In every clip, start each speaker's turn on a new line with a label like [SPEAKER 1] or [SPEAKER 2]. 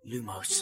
[SPEAKER 1] Lumos.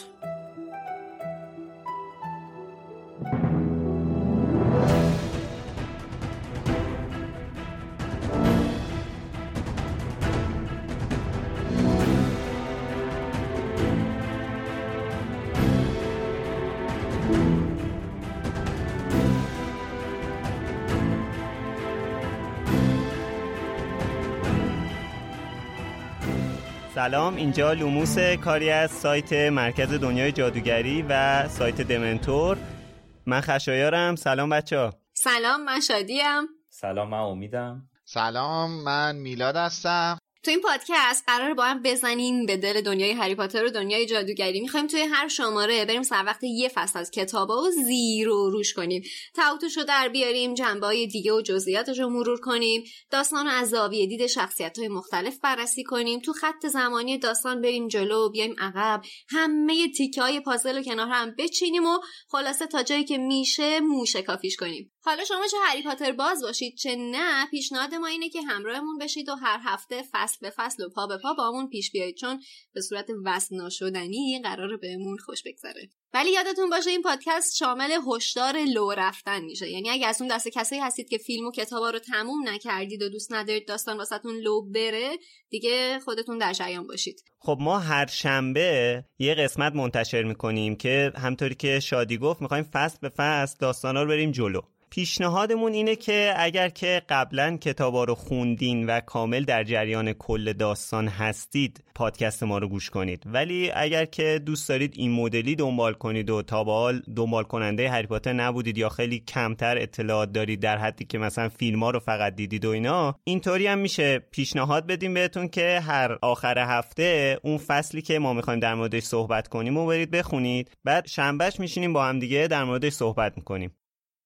[SPEAKER 2] سلام، اینجا لوموس، کاری از سایت مرکز دنیای جادوگری و سایت دمنتور. من خشایارم. سلام بچه‌ها.
[SPEAKER 3] سلام، من شادیم.
[SPEAKER 4] سلام، من امیدم.
[SPEAKER 5] سلام، من میلاد هستم.
[SPEAKER 3] تو این پادکست قراره با هم بزنیم به دل دنیای هری پاتر و دنیای جادوگری. میخوایم توی هر شماره بریم سر وقت یه فصل از کتابا و زیر و روش کنیم، تعاطفشو در بیاریم، جنبه‌های دیگه و جزئیاتش رو مرور کنیم، داستان رو از زاویه دید شخصیت‌های مختلف بررسی کنیم، تو خط زمانی داستان بریم جلو، بیایم عقب، همه تیکه‌های پازل رو کنار هم بچینیم و خلاصه تا جایی که میشه موشکافیش کنیم. حالا شما چه هری پاتر باز باشید چه نه، پیشنهاد ما اینه که همراهمون بشید و هر هفته فصل به فصل و پا به پا با همون پیش بیایید، چون به صورت وصل ناشدنی قراره بهمون خوش بگذره. ولی یادتون باشه این پادکست شامل هشدار لو رفتن میشه، یعنی اگه از اون دسته کسایی هستید که فیلم و کتابا رو تموم نکردید و دوست ندارید داستان واسهتون لو بره، دیگه خودتون در جریان باشید.
[SPEAKER 2] خب ما هر شنبه یه قسمت منتشر میکنیم که همطوری که شادی گفت میخوایم فصل به فصل داستانا رو بریم جلو. پیشنهادمون اینه که اگر که قبلا کتابا رو خوندین و کامل در جریان کل داستان هستید پادکست ما رو گوش کنید، ولی اگر که دوست دارید این مدلی دنبال کنید و تا به حال دنبال کننده هری پاتر نبودید یا خیلی کمتر اطلاعات دارید در حدی که مثلا فیلم‌ها رو فقط دیدید و اینا، اینطوری هم میشه پیشنهاد بدیم بهتون که هر آخر هفته اون فصلی که ما می‌خوایم در موردش صحبت کنیم رو برید بخونید، بعد شنبهش میشینیم با هم دیگه در موردش صحبت می‌کنیم.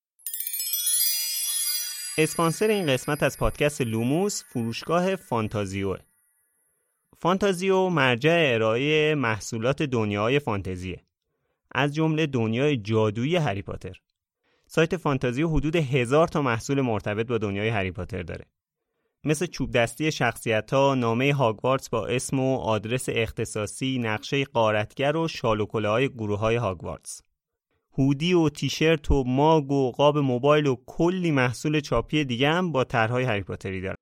[SPEAKER 2] اسپانسر این قسمت از پادکست لوموس فروشگاه فانتازیو. فانتازیو مرجع ارائه محصولات دنیای فانتزیه، از جمله دنیای جادویی هری پاتر. سایت فانتازیو حدود 1000 تا محصول مرتبط با دنیای هری پاتر داره، مثل چوب دستی شخصیت‌ها، نامه هاگوارتس با اسم و آدرس اختصاصی، نقشه غارتگر و شال و کلاه‌های گروه‌های هاگوارتس. هودی و تیشرت و ماگ و قاب موبایل و کلی محصول چاپی دیگه هم با طرح‌های هری پاتری داره.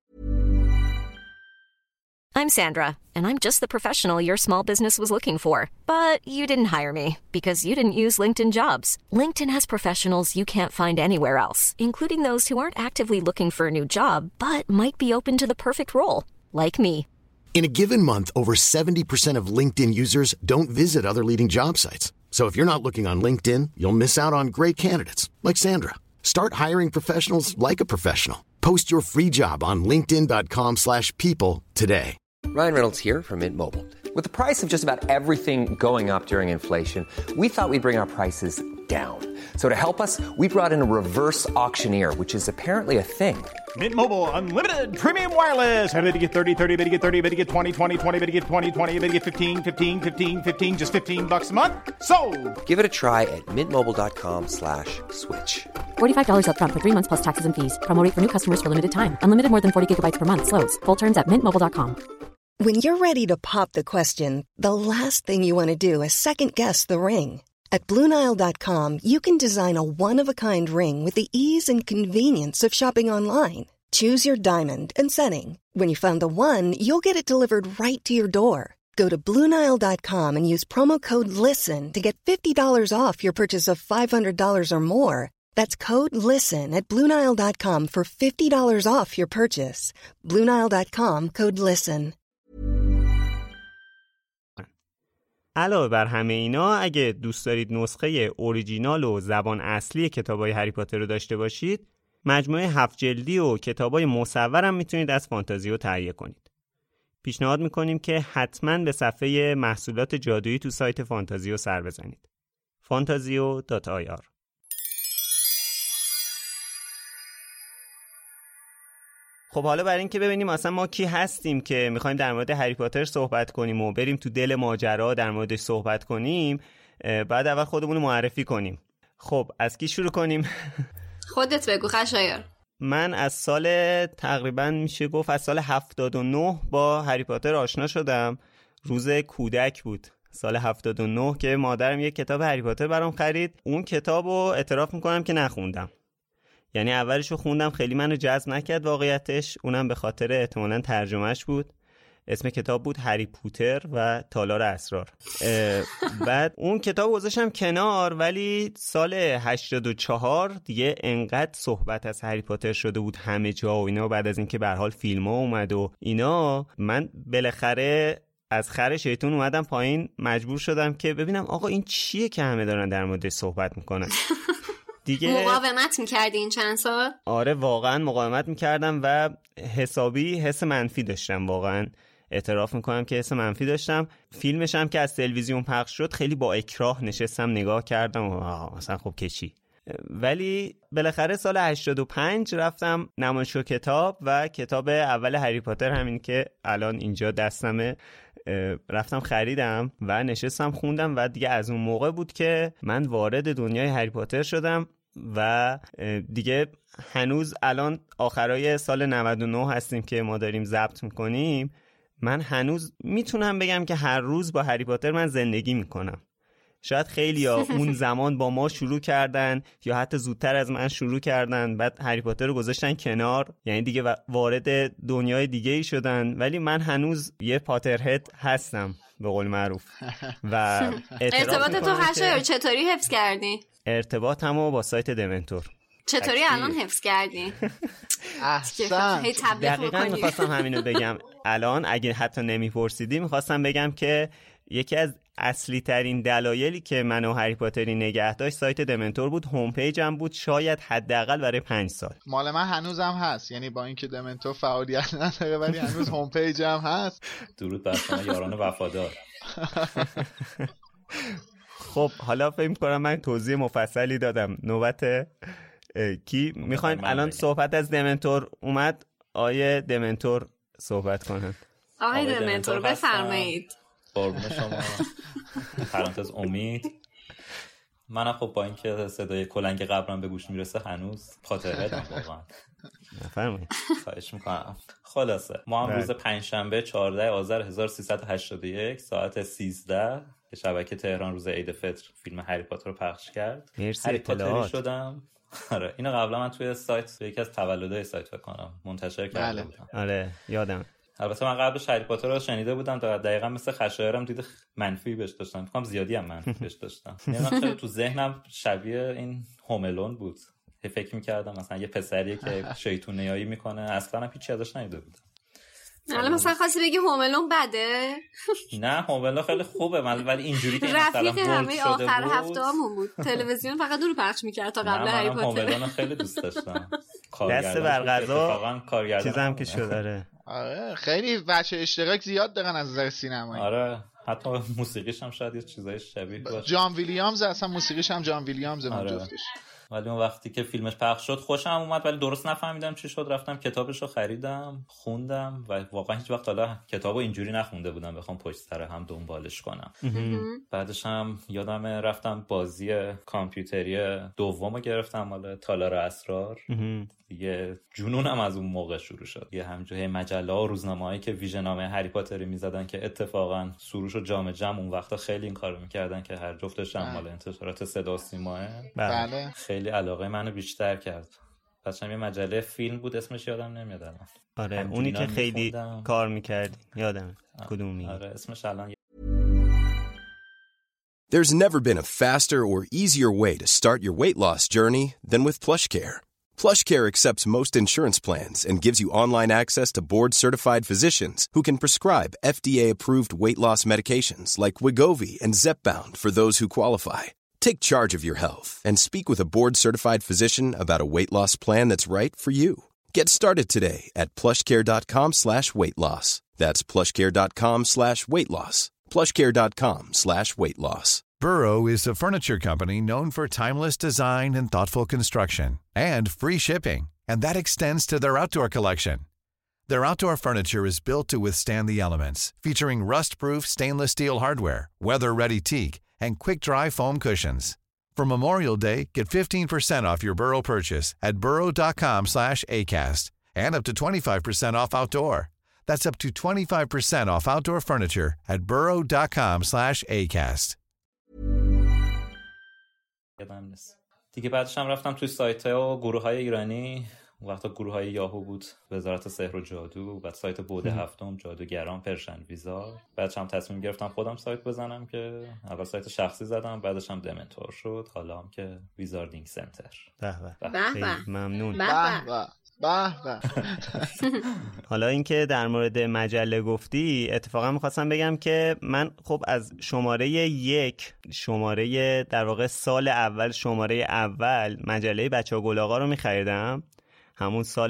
[SPEAKER 6] I'm Sandra, and I'm just the professional your small business was looking for. But you didn't hire me because you didn't use LinkedIn Jobs. LinkedIn has professionals you can't find anywhere else, including those who aren't actively looking for a new job, but might be open to the perfect role, like me.
[SPEAKER 7] In a given month, over 70% of LinkedIn users don't visit other leading job sites. So if you're not looking on LinkedIn, you'll miss out on great candidates like Sandra. Start hiring professionals like a professional. Post your free job on linkedin.com/people today.
[SPEAKER 8] Ryan Reynolds here from Mint Mobile. With the price of just about everything going up during inflation, we thought we'd bring our prices down. So to help us, we brought in a reverse auctioneer, which is apparently a thing.
[SPEAKER 9] Mint Mobile Unlimited Premium Wireless. How to get 30, 30, how to get 30, how to get 20, 20, 20, how to get 20, 20, how to get 15, 15, 15, 15, just $15 a month? Sold!
[SPEAKER 8] Give it a try at mintmobile.com/switch.
[SPEAKER 10] $45 up front for 3 months plus taxes and fees. Promo rate for new customers for limited time. Unlimited more than 40 gigabytes per month. Slows full terms at mintmobile.com.
[SPEAKER 11] When you're ready to pop the question, the last thing you want to do is second-guess the ring. At BlueNile.com, you can design a one-of-a-kind ring with the ease and convenience of shopping online. Choose your diamond and setting. When you find the one, you'll get it delivered right to your door. Go to BlueNile.com and use promo code LISTEN to get $50 off your purchase of $500 or more. That's code LISTEN at BlueNile.com for $50 off your purchase. BlueNile.com, code LISTEN.
[SPEAKER 2] علاوه بر همه اینا، اگه دوست دارید نسخه اوریجینال و زبان اصلی کتابای هری پاتر رو داشته باشید، مجموعه 7 جلدی و کتابای مصور هم میتونید از فانتازیو تهیه کنید. پیشنهاد میکنیم که حتما به صفحه محصولات جادویی تو سایت فانتازیو سر بزنید. fantazio.ir. خب حالا برای این که ببینیم اصلا ما کی هستیم که میخوایم در مورد هری پاتر صحبت کنیم و بریم تو دل ماجرا در موردش صحبت کنیم، بعد اول خودمون رو معرفی کنیم. خب از کی شروع کنیم؟
[SPEAKER 3] خودت بگو خشایار.
[SPEAKER 2] من از سال تقریبا میشه گفت از سال 79 با هری پاتر آشنا شدم. روز کودک بود، سال 79 که مادرم یک کتاب هری پاتر برام خرید. اون کتابو اعتراف میکنم که نخوندم. یعنی اولشو خوندم، خیلی منو جذب نکرد واقعیتش، اونم به خاطر احتمالاً ترجمهش بود. اسم کتاب بود هری پاتر و تالار اسرار. بعد اون کتاب گذاشتم کنار، ولی سال 84 دیگه انقدر صحبت از هری پاتر شده بود همه جا و اینا، بعد از اینکه به هر حال فیلم‌ها اومد و اینا، من بالاخره از خر شیطون اومدم پایین، مجبور شدم که ببینم آقا این چیه که همه دارن در موردش صحبت میکنن. دیگه
[SPEAKER 3] مقاومت میکردی این چند سال؟
[SPEAKER 2] آره واقعا مقاومت میکردم و حسابی حس منفی داشتم، واقعا اعتراف میکنم که حس منفی داشتم. فیلمش هم که از تلویزیون پخش شد خیلی با اکراه نشستم نگاه کردم و مثلا خب کشی. ولی بالاخره سال 85 رفتم نمایشگاه کتاب و کتاب اول هری پاتر، همین که الان اینجا دستمه، رفتم خریدم و نشستم خوندم و دیگه از اون موقع بود که من وارد دنیای هری پاتر شدم و دیگه هنوز الان آخرای سال 99 هستیم که ما داریم ضبط میکنیم، من هنوز میتونم بگم که هر روز با هری پاتر من زندگی میکنم. شاید خیلی ها اون زمان با ما شروع کردن یا حتی زودتر از من شروع کردن، بعد هری پاتر رو گذاشتن کنار، یعنی دیگه وارد دنیای دیگه ای شدن، ولی من هنوز یه پاترهد هستم به قول معروف. و
[SPEAKER 3] ارتباط تو هشه چطوری حفظ کردی؟
[SPEAKER 2] ارتباطمو با سایت دمنتور.
[SPEAKER 3] چطوری الان حفظ کردی؟
[SPEAKER 5] احسن.
[SPEAKER 2] دقیقاً میخواستم همینو بگم. الان اگه حتی نمیپرسیدی میخواستم بگم که یکی از اصلی ترین دلایلی که منو هری پاتری نگه داشت سایت دمنتور بود، هوم پیجم بود، شاید حداقل برای 5 سال.
[SPEAKER 5] مال من هنوزم هست، یعنی با اینکه دمنتور فعالیت نداره ولی هنوز هوم پیجم هست.
[SPEAKER 1] درود بر شما یاران وفادار.
[SPEAKER 2] خب حالا فکر می‌کنم من توضیح مفصلی دادم، نوبت کی میخواین الان صحبت از دمنتور اومد؟ آیه دمنتور صحبت کنن.
[SPEAKER 3] آقای دمنتور بفرمایید.
[SPEAKER 1] قربون شما. پرانتز امید. من خب با اینکه صدای کلنگ قبرم به گوش میرسه هنوز پاترهدم واقعا.
[SPEAKER 2] بفرمایید.
[SPEAKER 1] خواهش میکنم. خلاصه ما هم روز پنجشنبه 14 آذر 1381 ساعت 13 که شبکه تهران روز عید فطر فیلم هری پاتر رو پخش کرد.
[SPEAKER 2] هری پاتری
[SPEAKER 1] شدم. آره اینو قبلا من توی سایت یکی از تولدهای سایت فکر کنم منتشر کرده بودم.
[SPEAKER 2] آره یادم.
[SPEAKER 1] البته من قبلش هری پاتر رو شنیده بودم، دقیقاً مثل خشایارم دید منفی بهش داشتم، فکر کنم زیادی هم منفی بهش داشتم. یعنی خیلی تو ذهنم شبیه این هوملون بود. فکر می‌کردم مثلا یه پسریه که شیطونیایی میکنه، اصلا هم هیچی ازش ندیده بودم.
[SPEAKER 3] حالا مثلا خواستی بگی هوملون بده؟
[SPEAKER 1] نه هوملون خیلی خوبه، ولی اینجوری که مثلا
[SPEAKER 3] رفیق همه آخر هفته‌مون بود. تلویزیون فقط اون رو پخش می‌کرد تا قبل هری پاتر.
[SPEAKER 1] هوملون خیلی دوست داشتم.
[SPEAKER 2] دست بر غذا چیزام که شده.
[SPEAKER 5] آره خیلی بچه اشتراک زیاد دارن از نظر سینمایی.
[SPEAKER 1] آره حتی موسیقیش هم شاید یه چیزای شبیه باشه.
[SPEAKER 5] جان ویلیامز اصلا موسیقیش هم جان ویلیامز جفتش.
[SPEAKER 1] ولی اون وقتی که فیلمش پخش شد خوشم اومد، ولی درست نفهمیدم چی شد. رفتم کتابش رو خریدم، خوندم و واقعا هیچ وقت حالا کتابو اینجوری نخونده بودم بخوام پشت سر هم دنبالش کنم. بعدش هم یادم رفتم بازی کامپیوتری دومو گرفتم مال تالار اسرار. یه جنونم از اون موقع شروع شد. یه همجوری مجله و روزنامه‌هایی که ویژنامه هری پاتری می‌زدن که اتفاقا سروش و جام جم اون وقتا خیلی این کارو می‌کردن که هر جفتش هم مال انتشارات صدا و سیماه.
[SPEAKER 5] بله.
[SPEAKER 1] خیلی علاقه منو بیشتر کرد. پسم یه مجله فیلم بود اسمش یادم نمیاد الان.
[SPEAKER 2] آره اونی که خیلی کار می‌کردی یادم. کدومی؟
[SPEAKER 1] آره اسمش الان.
[SPEAKER 4] There's never been a faster or easier way to start your weight loss journey than with PlushCare. PlushCare accepts most insurance plans and gives you online access to board-certified physicians who can prescribe FDA-approved weight loss medications like Wegovy and Zepbound for those who qualify. Take charge of your health and speak with a board-certified physician about a weight loss plan that's right for you. Get started today at plushcare.com/weightloss. That's plushcare.com/weightloss. plushcare.com/weightloss.
[SPEAKER 12] Burrow is a furniture company known for timeless design and thoughtful construction and free shipping, and that extends to their outdoor collection. Their outdoor furniture is built to withstand the elements, featuring rust-proof stainless steel hardware, weather-ready teak, and quick-dry foam cushions. For Memorial Day, get 15% off your Burrow purchase at burrow.com/acast and up to 25% off outdoor. That's up to 25% off outdoor furniture at burrow.com/acast.
[SPEAKER 1] یادم نیست دیگه. بعدش هم رفتم توی سایت‌ها و گروه‌های ایرانی. وقتا گروه‌های یاهو بود، وزارت سحر و جادو، بعد سایت بوده هفتم، جادوگران، پرشن ویزار. بعدش هم تصمیم گرفتم خودم سایت بزنم که اول سایت شخصی زدم، بعدش هم دمنتور شد، حالا هم که ویزاردینگ سنتر.
[SPEAKER 2] به ممنون.
[SPEAKER 5] به
[SPEAKER 2] حالا اینکه در مورد مجله گفتی، اتفاقا میخواستم بگم که من خب از شماره 1 در واقع سال اول، شماره اول مجله بچه‌ها گل آقا رو میخریدم، همون سال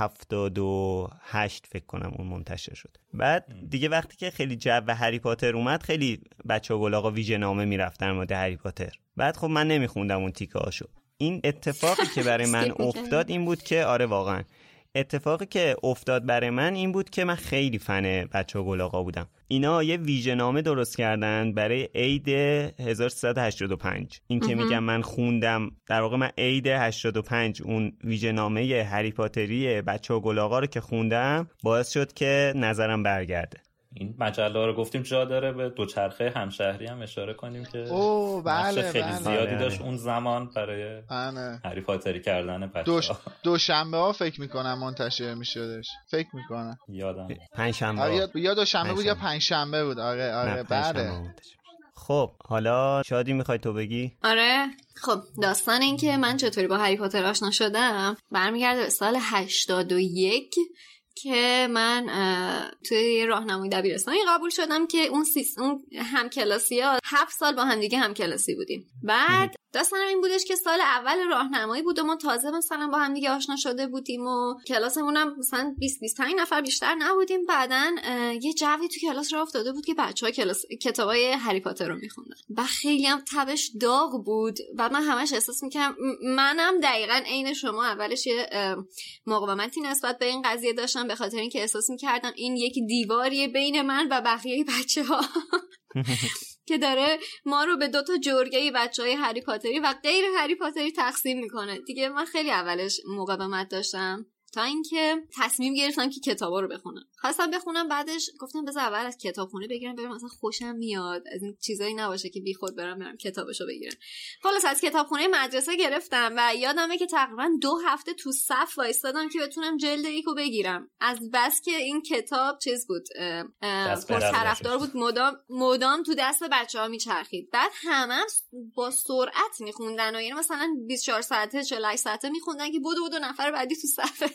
[SPEAKER 2] 78 فکر کنم اون منتشر شد. بعد دیگه وقتی که خیلی جو هری پاتر اومد، خیلی بچه‌ها گل آقا ویژه نامه میرفتن مورد هری پاتر. بعد خب من نمیخوندم اون تیکه هاشو. این اتفاقی که برای من افتاد این بود که واقعا اتفاقی که افتاد برای من این بود که من خیلی فن بچه‌ها گل آقا بودم. اینا یه ویژه نامه درست کردن برای عید 1385. این که میگم من خوندم، در واقع من عید 85 اون ویژه نامه هری پاتری بچه‌ها گل آقا رو که خوندم، باعث شد که نظرم برگرده.
[SPEAKER 1] این مجله رو گفتیم جا داره به دوچرخه همشهری هم اشاره کنیم که
[SPEAKER 5] بله
[SPEAKER 1] خیلی زیادی داشت اون زمان برای هری پاتری کردن بچه‌ها.
[SPEAKER 5] دوشنبه ها فکر میکنم منتشر میشدش، فکر میکنم
[SPEAKER 1] یادم
[SPEAKER 2] پنجشنبه
[SPEAKER 5] یا دوشنبه بود یا پنجشنبه بود. آره بله.
[SPEAKER 2] خب حالا شادی میخوای تو بگی؟
[SPEAKER 3] آره خب داستان این که من چطوری با هری پاتر آشنا شدم برمیگرده به سال 81 که من توی راهنمای دبیرستانی قبول شدم که اون همکلاسی‌ها 7 سال با هم دیگه همکلاسی بودیم. بعد داستانم این بودش که سال اول راهنمایی بود و ما تازه مثلا با هم دیگه آشنا شده بودیم و کلاسمون هم مثلا 20-25 نفر بیشتر نبودیم. بعدن یه جوی تو کلاس راه افتاده بود که بچه‌ها کتابای هری پاتر رو می‌خوندن و خیلی هم تبش داغ بود. بعد من همش احساس می‌کردم منم دقیقاً عین شما اولش یه مقاومتی نسبت به این قضیه داشتم، به خاطر اینکه احساس می‌کردم این یک دیواریه بین من و بقیه بچه‌ها که داره ما رو به 2 تا جرگه بچهای هری پاتری و غیر هری پاتری تقسیم میکنه. دیگه من خیلی اولش مقاومت داشتم تا اینکه تصمیم گرفتم که کتابا رو بخونم. خواستم بخونم، بعدش گفتم بذار اول از کتابخونه بگیرم، برم مثلا خوشم میاد، از این چیزایی نباشه که بیخود برم کتابشو بگیرم. خلاص از کتابخونه مدرسه گرفتم و یادمه که تقریبا 2 هفته تو صف وایستادم که بتونم جلد 1 رو بگیرم، از بس که این کتاب چیز بود، پرطرفدار بود، مدام تو دست بچه‌ها میچرخید. بعد همه با سرعت میخوندن و یعنی مثلا 24 ساعته 48 ساعته میخوندن که بدو نفر بعدی تو صف.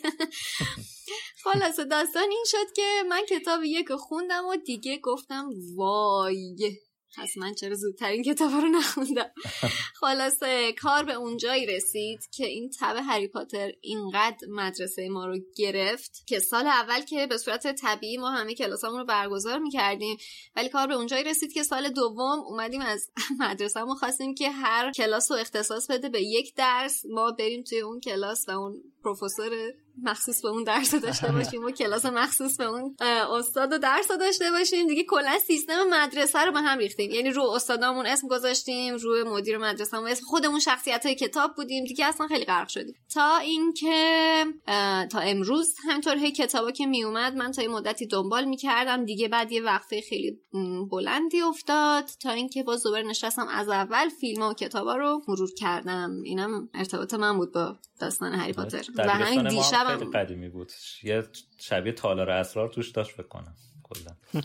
[SPEAKER 3] خلاص داستان این شد که من کتاب 1 خوندم و دیگه گفتم وای پس من چرا زودتر این کتاب رو نخوندم. خلاصه کار به اونجایی رسید که این تب هری پاتر اینقدر مدرسه ما رو گرفت که سال اول که به صورت طبیعی ما همه کلاسامون رو برگزار میکردیم، ولی کار به اونجایی رسید که سال دوم اومدیم از مدرسه‌مون خواستیم که هر کلاس رو اختصاص بده به یک درس، ما بریم توی اون کلاس و اون پروفسور مخصوص به اون درس داشته باشیم و کلاس مخصوص به اون استاد و درس داشته باشیم. دیگه کلا سیستم مدرسه رو به هم ریختیم، یعنی رو استادامون اسم گذاشتیم، رو مدیر مدرسه‌مون اسم، خودمون شخصیت‌های کتاب بودیم دیگه، اصلا خیلی غرق شدیم. تا اینکه تا امروز همینطور هی کتابا که می اومد من تا یه مدتی دنبال می‌کردم دیگه. بعد یه وقفه خیلی بلندی افتاد تا اینکه باز دوباره نشستم از اول فیلم‌ها و کتابا رو مرور کردم. اینم ارتباط من بود با داستان هری پاتر و همین دیشب
[SPEAKER 1] خیلی قدیمی بود، یه شبیه تالار اسرار توش داشت فکر کنم کلا.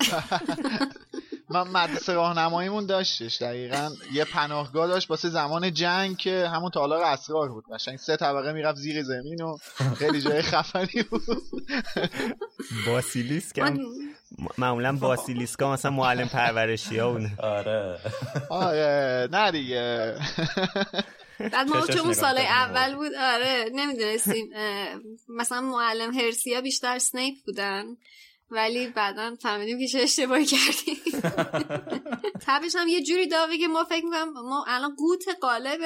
[SPEAKER 5] من مدرسه راهنماییمون داشتش دقیقاً یه پناهگاه داشت واسه زمان جنگ که همون تالار اسرار بود، قشنگ 3 طبقه میرفت زیر زمین و خیلی جای خفنی بود.
[SPEAKER 2] باسیلیسک معمولا باسیلیسکا مثلا معلم پرورشی‌ها بود.
[SPEAKER 5] آره نه دیگه.
[SPEAKER 3] بعد ما چون سال اول بود آره نمیدونستیم، مثلا معلم هرسیا بیشتر اسنیپ بودن، ولی بعداً فهمیدیم که چه اشتباهی کردیم. تبش هم یه جوری داغی که ما فکر می‌کنم ما الان قوت قالب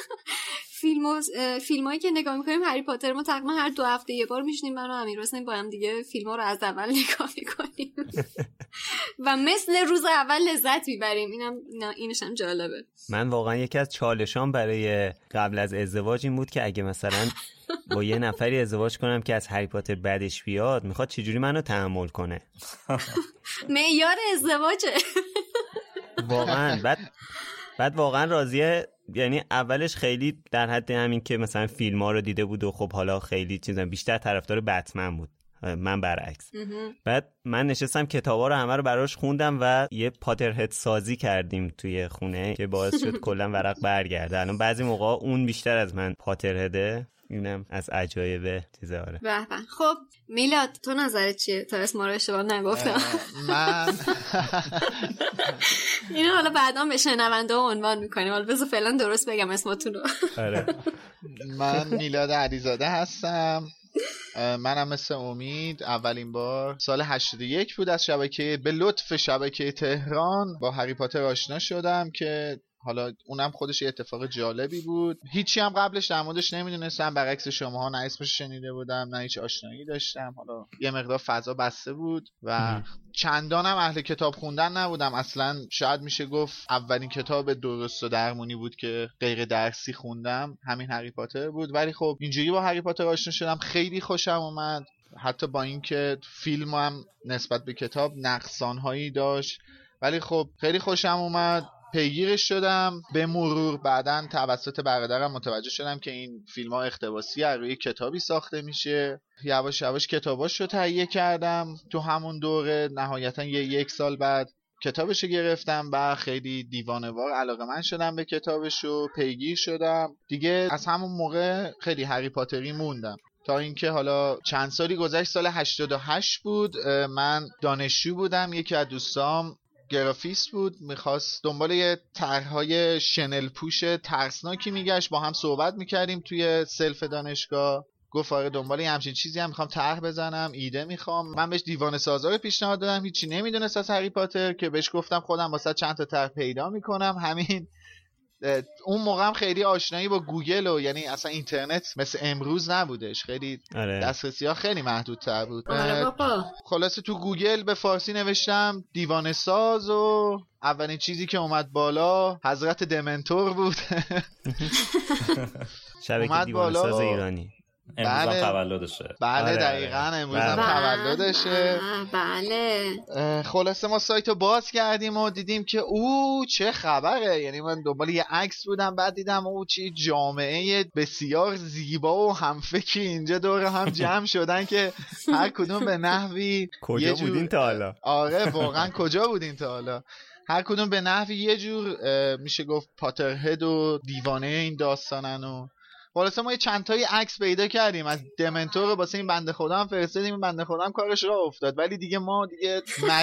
[SPEAKER 3] فیلمایی که نگاه می‌کنیم هری پاتر، ما تقریبا هر 2 هفته یه بار میشینیم من و امیرحسین با هم دیگه فیلم‌ها رو از اول نگاه می‌کنیم و مثل روز اول لذت میبریم. اینش هم جالبه.
[SPEAKER 2] من واقعا یکی از چالشام برای قبل از ازدواج این بود که اگه مثلا با یه نفری ازدواج کنم که از هری پاتر بعدش بیاد، میخواد چجوری منو تحمل کنه.
[SPEAKER 3] معیار ازدواجه.
[SPEAKER 2] واقعا بعد واقعا راضیه. یعنی اولش خیلی در حد همین که مثلا فیلم ها رو دیده بود و خب حالا خیلی چیزا بیشتر طرفدار بتمن بود، من برعکس. بعد من نشستم کتابا رو همه رو براش خوندم و یه پاترهد سازی کردیم توی خونه که باعث شد کلا ورق برگرده. الان بعضی موقع اون بیشتر از من پاترهده. اینم از عجایب چیزا. آره.
[SPEAKER 3] به به. خب میلاد تو نظرت چیه؟ تا اسم رو اشتباه نگفتم.
[SPEAKER 5] من
[SPEAKER 3] اینو حالا بعدا به شنونده عنوان میکنیم. حالا بذار فعلا درست بگم اسمتون رو.
[SPEAKER 2] آره.
[SPEAKER 5] من میلاد علیزاده هستم. منم مثل امید اولین بار سال 81 بود از به لطف شبکه تهران با هری پاتر آشنا شدم که حالا اونم خودش یه اتفاق جالبی بود. هیچی هم قبلش در موردش نمیدونستم، برعکس شماها نه اسمش شنیده بودم نه هیچ آشنایی داشتم. حالا یه مقدار فضا بسته بود و چندانم اهل کتاب خوندن نبودم. اصلا شاید میشه گفت اولین کتاب درست و درمونی بود که غیر درسی خوندم همین هری پاتر بود. ولی خب اینجوری با هری پاتر آشنا شدم، خیلی خوشم اومد. حتی با اینکه فیلم هم نسبت به کتاب نقصانهایی داشت ولی خب خیلی خوشم اومد. پیگیرش شدم به مرور. بعدن توسط برادرم متوجه شدم که این فیلم ها اقتباسی از روی کتابی ساخته میشه. یواش یواش کتاباش رو تهیه کردم تو همون دوره. نهایتا یک سال بعد کتابش رو گرفتم و خیلی دیوانه‌وار علاقه‌مند شدم به کتابش و پیگیر شدم دیگه. از همون موقع خیلی هری پاتری موندم تا اینکه حالا چند سالی گذشت. سال 88 بود. من دانشجو بودم. یکی از دوستام گرافیست بود، میخواست دنبال یه طرح‌های شنل پوش ترسناکی میگشت. با هم صحبت میکردیم توی سلف دانشگاه. گفت آره دنبال یه همچین چیزی هم میخوام طرح بزنم، ایده میخوام. من بهش دیوانه سازا رو پیشنهاد دادم، هیچی نمیدونست از هری پاتر، که بهش گفتم خودم واسه چند تا طرح پیدا میکنم. همین اون موقع هم خیلی آشنایی با گوگل و یعنی اصلا اینترنت مثل امروز نبودش، خیلی دسترسی ها خیلی محدودتر بود. خلاصه تو گوگل به فارسی نوشتم دیوانه ساز و اولین چیزی که اومد بالا حضرت دمنتور بود.
[SPEAKER 2] شبکه دیوانه ساز ایرانی.
[SPEAKER 1] امروز هم تولدشه.
[SPEAKER 5] بله دقیقاً امروز هم تولدشه.
[SPEAKER 3] بله.
[SPEAKER 5] خلاصه ما سایتو باز کردیم و دیدیم که او چه خبره. یعنی من دنبال یه عکس بودم، بعد دیدم او چه جامعه بسیار زیبا و همفکری اینجا دور هم جمع شدن که هر کدوم به نحوی
[SPEAKER 2] کجا بودین تا حالا؟
[SPEAKER 5] آره واقعا کجا بودین تا حالا؟ هر کدوم به نحوی یه جور میشه گفت پاترهد و دیوانه این داستانن. و خلاصه ما یه چند تایی عکس پیدا کردیم از دمنتور رو واسه این بنده خدا هم فرستادیم. این بنده خدا هم کارش راه افتاد، ولی دیگه ما دیگه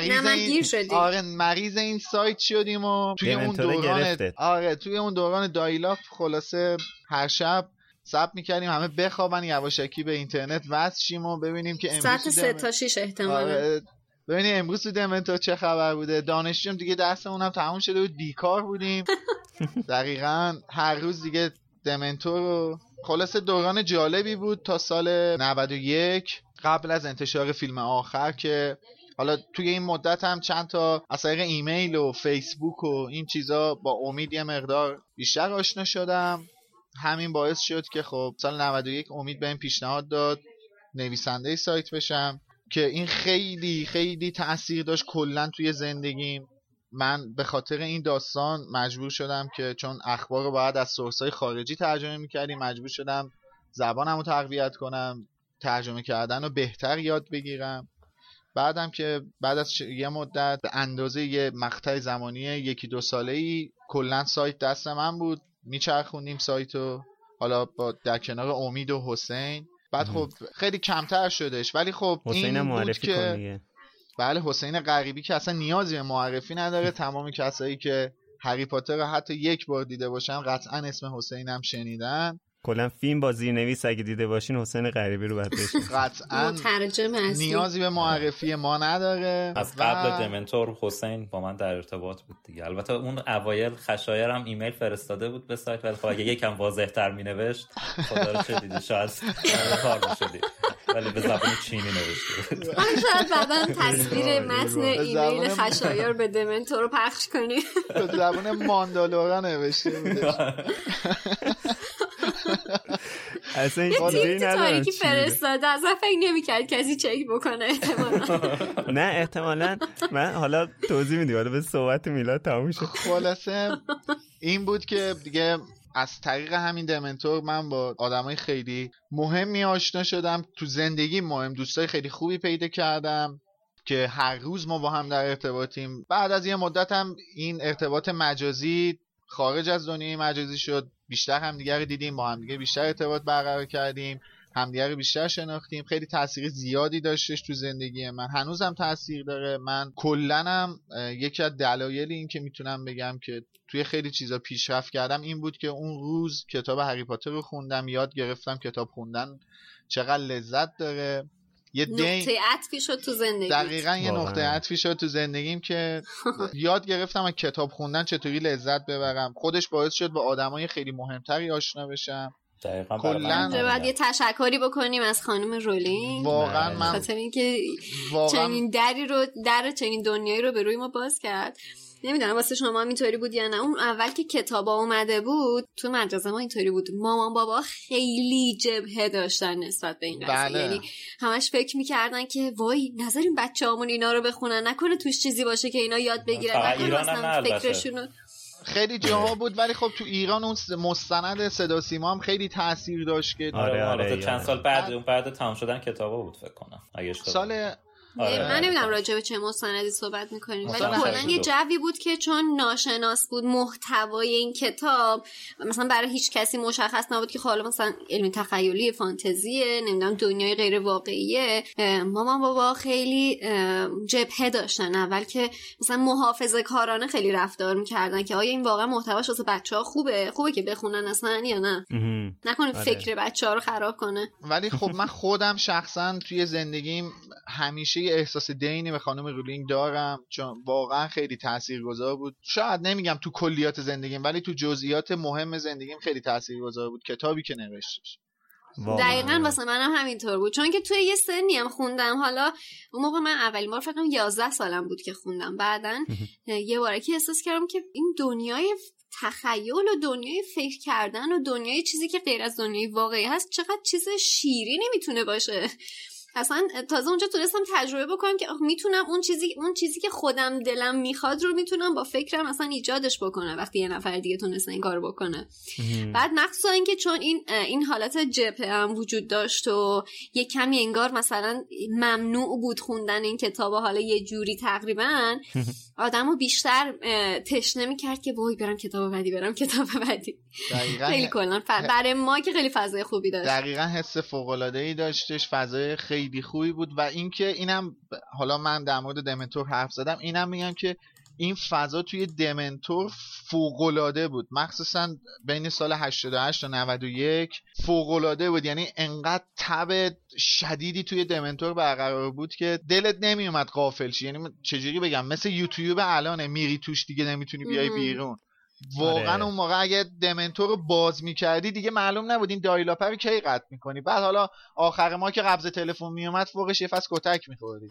[SPEAKER 5] مریض این سایت شدیم و توی اون دوران دایلاپ خلاصه هر شب ثبت می‌کردیم همه بخوابن، یواشکی به اینترنت وصل شیم و ببینیم که امروز
[SPEAKER 3] ساعت 3 تا 6 احتمالاً
[SPEAKER 5] ببینیم امروز تو دمنتور چه خبر بوده. دانشجویم دیگه درسمون هم تموم شده بود، بیکار بودیم. دقیقاً هر روز دیگه دمنتور و خلاصه دوران جالبی بود تا سال 91 قبل از انتشار فیلم آخر، که حالا توی این مدت هم چند تا از طریق ایمیل و فیسبوک و این چیزا با امید یه مقدار بیشتر آشنا شدم. همین باعث شد که خب سال 91 امید بهم پیشنهاد داد نویسنده سایت بشم که این خیلی خیلی تأثیر داشت کلا توی زندگیم. من به خاطر این داستان مجبور شدم که چون اخبار رو باید از سورس‌های خارجی ترجمه می‌کردیم، مجبور شدم زبانم رو تقویت کنم، ترجمه کردن رو بهتر یاد بگیرم. بعدم که بعد از یه مدت به اندازه یه مقطع زمانی 1-2 ساله‌ای کلا سایت دست من بود، میچرخوندیم سایتو، حالا با در کنار امید و حسین. بعد خب خیلی کمتر شدش، ولی خب
[SPEAKER 2] حسین معرفی کن دیگه.
[SPEAKER 5] بله حسین غریبی که اصلا نیازی به معرفی نداره. تمام کسایی که هری پاتر رو حتی یک بار دیده باشن قطعا اسم حسین هم شنیدن.
[SPEAKER 2] کلا فیلم با زیرنویس اگه دیده باشین حسین غریبی رو باید بشناسید.
[SPEAKER 5] قطعا نیازی به معرفی ما نداره.
[SPEAKER 1] از قبل دمنتور حسین با من در ارتباط بود دیگه. البته اون اوایل خشایار هم ایمیل فرستاده بود به سایت، ولی خب اگه یکم واضح‌تر می‌نوشت خدا رو چه دیده شاید کار می‌شد. ولی به زبان چینی نوشته بود.
[SPEAKER 3] شاید بعداً تصویر متن ایمیل خشایار به دمنتور رو پخش کنی.
[SPEAKER 5] به زبان ماندالورا نوشته بود.
[SPEAKER 2] اصلا
[SPEAKER 3] یه تیپ تاریکی فرستاده، اصلا فکر نمی‌کرد کسی چک بکنه احتمالاً.
[SPEAKER 2] نه احتمالاً من حالا توضیح میدم حالا به صحبت میلاد تموم شد.
[SPEAKER 5] خلاصه این بود که دیگه از طریق همین دمنتور من با آدمای خیلی مهمی آشنا شدم تو زندگی، مهم دوستای خیلی خوبی پیدا کردم که هر روز ما با هم در ارتباطیم. بعد از یه مدت هم این ارتباط مجازی خارج از دنیای مجازی شد، بیشتر همدیگه رو دیدیم، با همدیگه بیشتر ارتباط برقرار کردیم، همدیگه رو بیشتر شناختیم. خیلی تاثیر زیادی داشتش تو زندگی من، هنوزم تاثیر داره. من کلنم یکی از دلایل این که میتونم بگم که توی خیلی چیزا پیشرفت کردم این بود که اون روز کتاب هری پاتر رو خوندم، یاد گرفتم کتاب خوندن چقدر لذت داره. یه
[SPEAKER 3] نقطه عطفی شد تو زندگی.
[SPEAKER 5] دقیقاً یه نقطه عطفی شد تو زندگیم که یاد گرفتم از کتاب خوندن چطوری لذت ببرم. خودش باعث شد با آدمای خیلی مهمتری آشنا بشم.
[SPEAKER 3] کلاً باید یه تشکری بکنیم از خانم رولینگ،
[SPEAKER 5] واقعا من
[SPEAKER 3] خاطر اینکه چنین در چنین دنیایی رو به روی ما باز کرد. نمیدونم واسه شما هم اینطوری بود یا نه. اون اول که کتابا اومده بود تو مدرسه ما اینطوری بود، مامان بابا خیلی جبهه داشتن نسبت به این قضیه. یعنی همش فکر میکردن که وای نذاریم بچه‌هامون اینا رو بخونن، نکنه توش چیزی باشه که اینا یاد بگیرن، نکنه مثلا فکرشون
[SPEAKER 5] خیلی جاها بود. ولی خب تو ایران اون مستند صدا سیما هم خیلی تاثیر داشت که
[SPEAKER 1] آره چند سال بعد تمام شدن کتابا بود فکر کنم اگه
[SPEAKER 5] سال
[SPEAKER 3] من نمیدونم راجع به چه مستندی صحبت میکنیم، ولی کلا یه جوی بود که چون ناشناس بود محتوای این کتاب، مثلا برای هیچ کسی مشخص نبود که حالا مثلا علمی تخیلی، فانتزیه، نمیدونم دنیای غیر واقعیه. مامان بابا خیلی جبهه داشتن اول که مثلا محافظه‌کارانه خیلی رفتار میکردن که آیا این واقعا محتواش واسه بچه‌ها خوبه که بخونن اصلا یا نه، نکنه فکر بچه‌ها رو خراب کنه.
[SPEAKER 5] ولی خب من خودم شخصا توی زندگیم همیشه یه احساس دینی به خانم رولینگ دارم، چون واقعا خیلی تاثیرگذار بود. شاید نمیگم تو کلیات زندگیم، ولی تو جزئیات مهم زندگیم خیلی تاثیرگذار بود کتابی که نوشتش.
[SPEAKER 3] دقیقاً واسه منم همینطور بود، چون که توی یه سنی هم خوندم. حالا اون موقع من اولین بار فکر کنم 11 سالم بود که خوندم. بعدن یه باره که احساس کردم که این دنیای تخیل و دنیای فکر کردن و دنیای چیزی که غیر از دنیای واقعی هست چقدر چیز شیرینی میتونه باشه. اصلا تازه اونجا تونستم تجربه بکنم که میتونم اون چیزی که خودم دلم میخواد رو میتونم با فکرم اصلا ایجادش بکنم وقتی یه نفر دیگه تونسته این کارو بکنه. بعد مخصوصا اینکه چون این حالت جبهه هم وجود داشت و یه کمی انگار مثلا ممنوع بود خوندن این کتابا، حالا یه جوری تقریبا آدمو بیشتر تشنه میکرد که وای برم کتاب بعدی. خیلی کلا برای ما که خیلی فضای خوبی داشت.
[SPEAKER 5] دقیقاً حس فوق‌العاده‌ای داشتش، فضای خیلی خوبی بود. و اینکه اینم حالا من در مورد دمنتور حرف زدم، اینم میگم که این فضا توی دمنتور فوق‌العاده بود، مخصوصا بین سال 88 تا 91 فوق‌العاده بود. یعنی انقدر تب شدیدی توی دمنتور برقرار بود که دلت نمیومد غافل شی. یعنی چجوری بگم، مثل یوتیوب الانه، میری توش دیگه نمیتونی بیای بیرون. واقعا اون موقع اگه دمنتور رو باز میکردی دیگه معلوم نبود این دایلاپه رو کی قطع میکنی. بعد حالا آخر ما که قبض تلفن میومد فوقش یه فصل کتک میخوردی.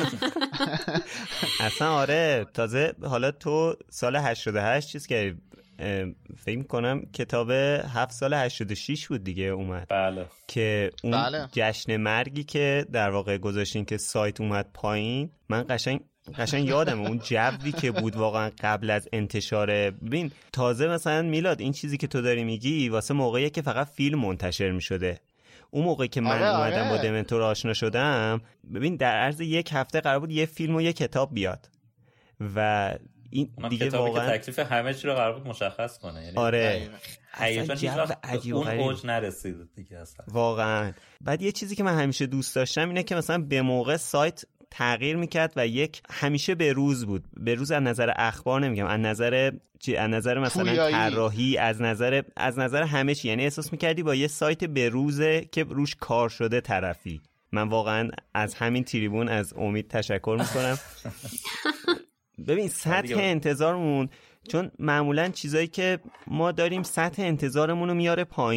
[SPEAKER 2] اصلا آره. تازه حالا تو سال 88 چیز که فکر میکنم کتاب 7 سال 86 بود دیگه اومد.
[SPEAKER 1] بله.
[SPEAKER 2] که اون جشن مرگی که در واقع گذاشتین که سایت اومد پایین، من قشنگ یادمه اون جوی که بود واقعا قبل از انتشار. ببین تازه مثلا میلاد این چیزی که تو داری میگی واسه موقعیه که فقط فیلم منتشر میشده. اون موقعی که من اومدم با دمنتور آشنا شدم، ببین در عرض یک هفته قرار بود یه فیلم و یه کتاب بیاد این دیگه واقعا
[SPEAKER 1] تکلیف همه چی رو قرار بود مشخص کنه. یعنی
[SPEAKER 2] آره
[SPEAKER 1] حقیقتا هیچ وقت اون اوج نرسید دیگه اصلا
[SPEAKER 2] واقعا. بعد یه چیزی که من همیشه دوست داشتم اینه که مثلا به موقع سایت تغییر میکرد و همیشه به روز بود. به روز از نظر اخبار نمیگم، از نظر مثلا طراحی، از نظر همه چی. یعنی احساس میکردی با یه سایت به روزه که روش کار شده طرفی. من واقعا از همین تریبون از امید تشکر میکنم. ببین سطح انتظارمون، چون معمولا چیزایی که ما داریم سطح انتظارمون رو میاره پایین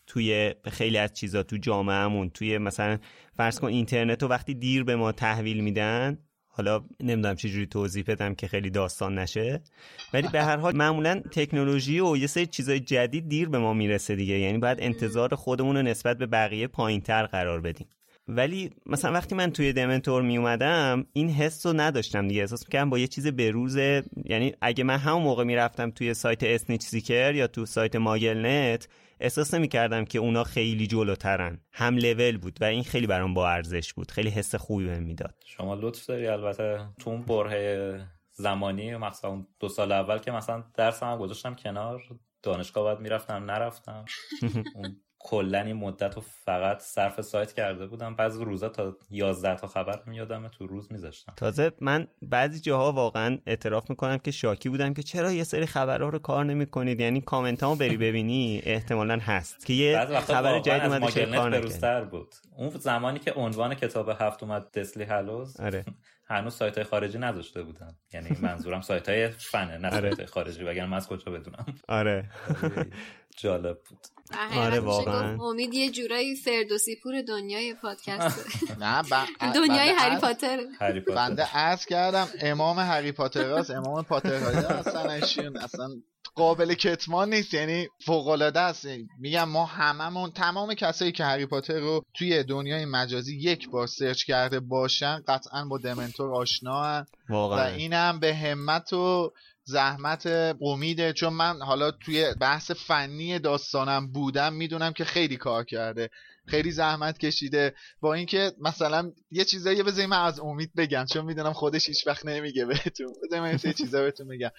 [SPEAKER 2] توی خیلی از چیزا تو جامعهمون، توی مثلا فرض کن اینترنت رو وقتی دیر به ما تحویل میدن، حالا نمیدونم چجوری توضیح بدم که خیلی داستان نشه، ولی به هر حال معمولا تکنولوژی و یه سری چیزای جدید دیر به ما میرسه دیگه، یعنی باید انتظار خودمون رو نسبت به بقیه پایین‌تر قرار بدیم. ولی مثلا وقتی من توی دمنتور می اومدم این حس رو نداشتم دیگه، احساس می‌کردم با یه چیز بروزه، یعنی اگه من همون موقع میرفتم توی سایت اسنیچ سیکر یا تو سایت ماگل نت احساس نمی‌کردم که اونا خیلی جلوترن، هم لول بود و این خیلی برام با ارزش بود، خیلی حس خوبی بهم میداد.
[SPEAKER 1] شما لطف داری البته تو اون برهه زمانی، مثلا اون 2 سال اول که مثلا درسم گذاشتم کنار، دانشگاه بعد میرفتم نرفتم اون کلا این مدت رو فقط صرف سایت کرده بودم. بعضی روزا تا 11 تا خبر میادم تو روز میذاشتم.
[SPEAKER 2] تازه من بعضی جاها واقعا اعتراف میکنم که شاکی بودم که چرا یه سری خبرها رو کار نمیکنید، یعنی کامنتامو بری ببینی احتمالاً هست که یه خبر جدید اومده که کار نکرد.
[SPEAKER 1] بود اون زمانی که عنوان کتاب 7 اومد دسلی هالوز،
[SPEAKER 2] آره
[SPEAKER 1] هنوز سایت‌های خارجی نذاشته بودن، یعنی منظورم سایت‌های فنه نه سایت‌های خارجی، وگرنه من از کجا بدونم.
[SPEAKER 2] آره
[SPEAKER 1] جالب بود.
[SPEAKER 2] آره واقعا
[SPEAKER 3] امید یه جورایی فردوسی پور دنیای پادکست
[SPEAKER 5] نه
[SPEAKER 3] دنیای هری پاتر.
[SPEAKER 5] بنده عرض کردم امام هری پاتراست، امام پاترهای اصلا قابل کتمان نیست، یعنی فوق العاده است. میگم ما هممون، تمام کسایی که هری پاتر رو توی دنیای مجازی یک بار سرچ کرده باشن قطعا با دمنتور آشناهن و اینم به همت و زحمت امیده، چون من حالا توی بحث فنی داستانم بودم میدونم که خیلی کار کرده، خیلی زحمت کشیده. با اینکه مثلا یه چیزایی بذاریم من از امید بگم چون میدونم خودش هیچ وقت نمیگه بهتون، بذاریم من یه چیزا بهتون بگم.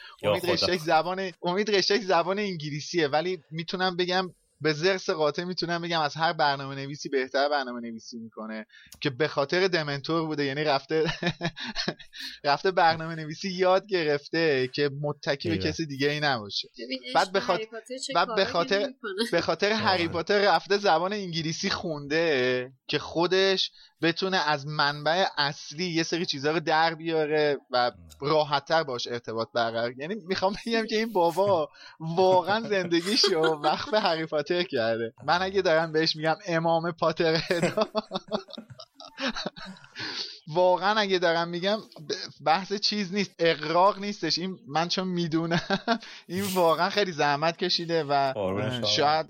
[SPEAKER 5] امید رشتهش زبان انگلیسیه، ولی میتونم بگم به ضرس قاطع میتونم بگم از هر برنامه نویسی بهتر برنامه نویسی میکنه که به خاطر دمنتور بوده، یعنی رفته برنامه نویسی یاد گرفته که متکی به کسی دیگه ای نباشه. بعد به خاطر هری پاتر رفته زبان انگلیسی خونده که خودش بتونه از منبع اصلی یه سری چیزا رو در بیاره و راحت‌تر باش ارتباط برقرار. یعنی میخوام بگم که این بابا واقعا زندگیشو وقف هری پاتر کرده. من اگه دارم بهش میگم امام پاتر واقعا اگه دارم میگم بحث چیز نیست، اغراق نیستش، این من چون میدونم این واقعا خیلی زحمت کشیده و شاید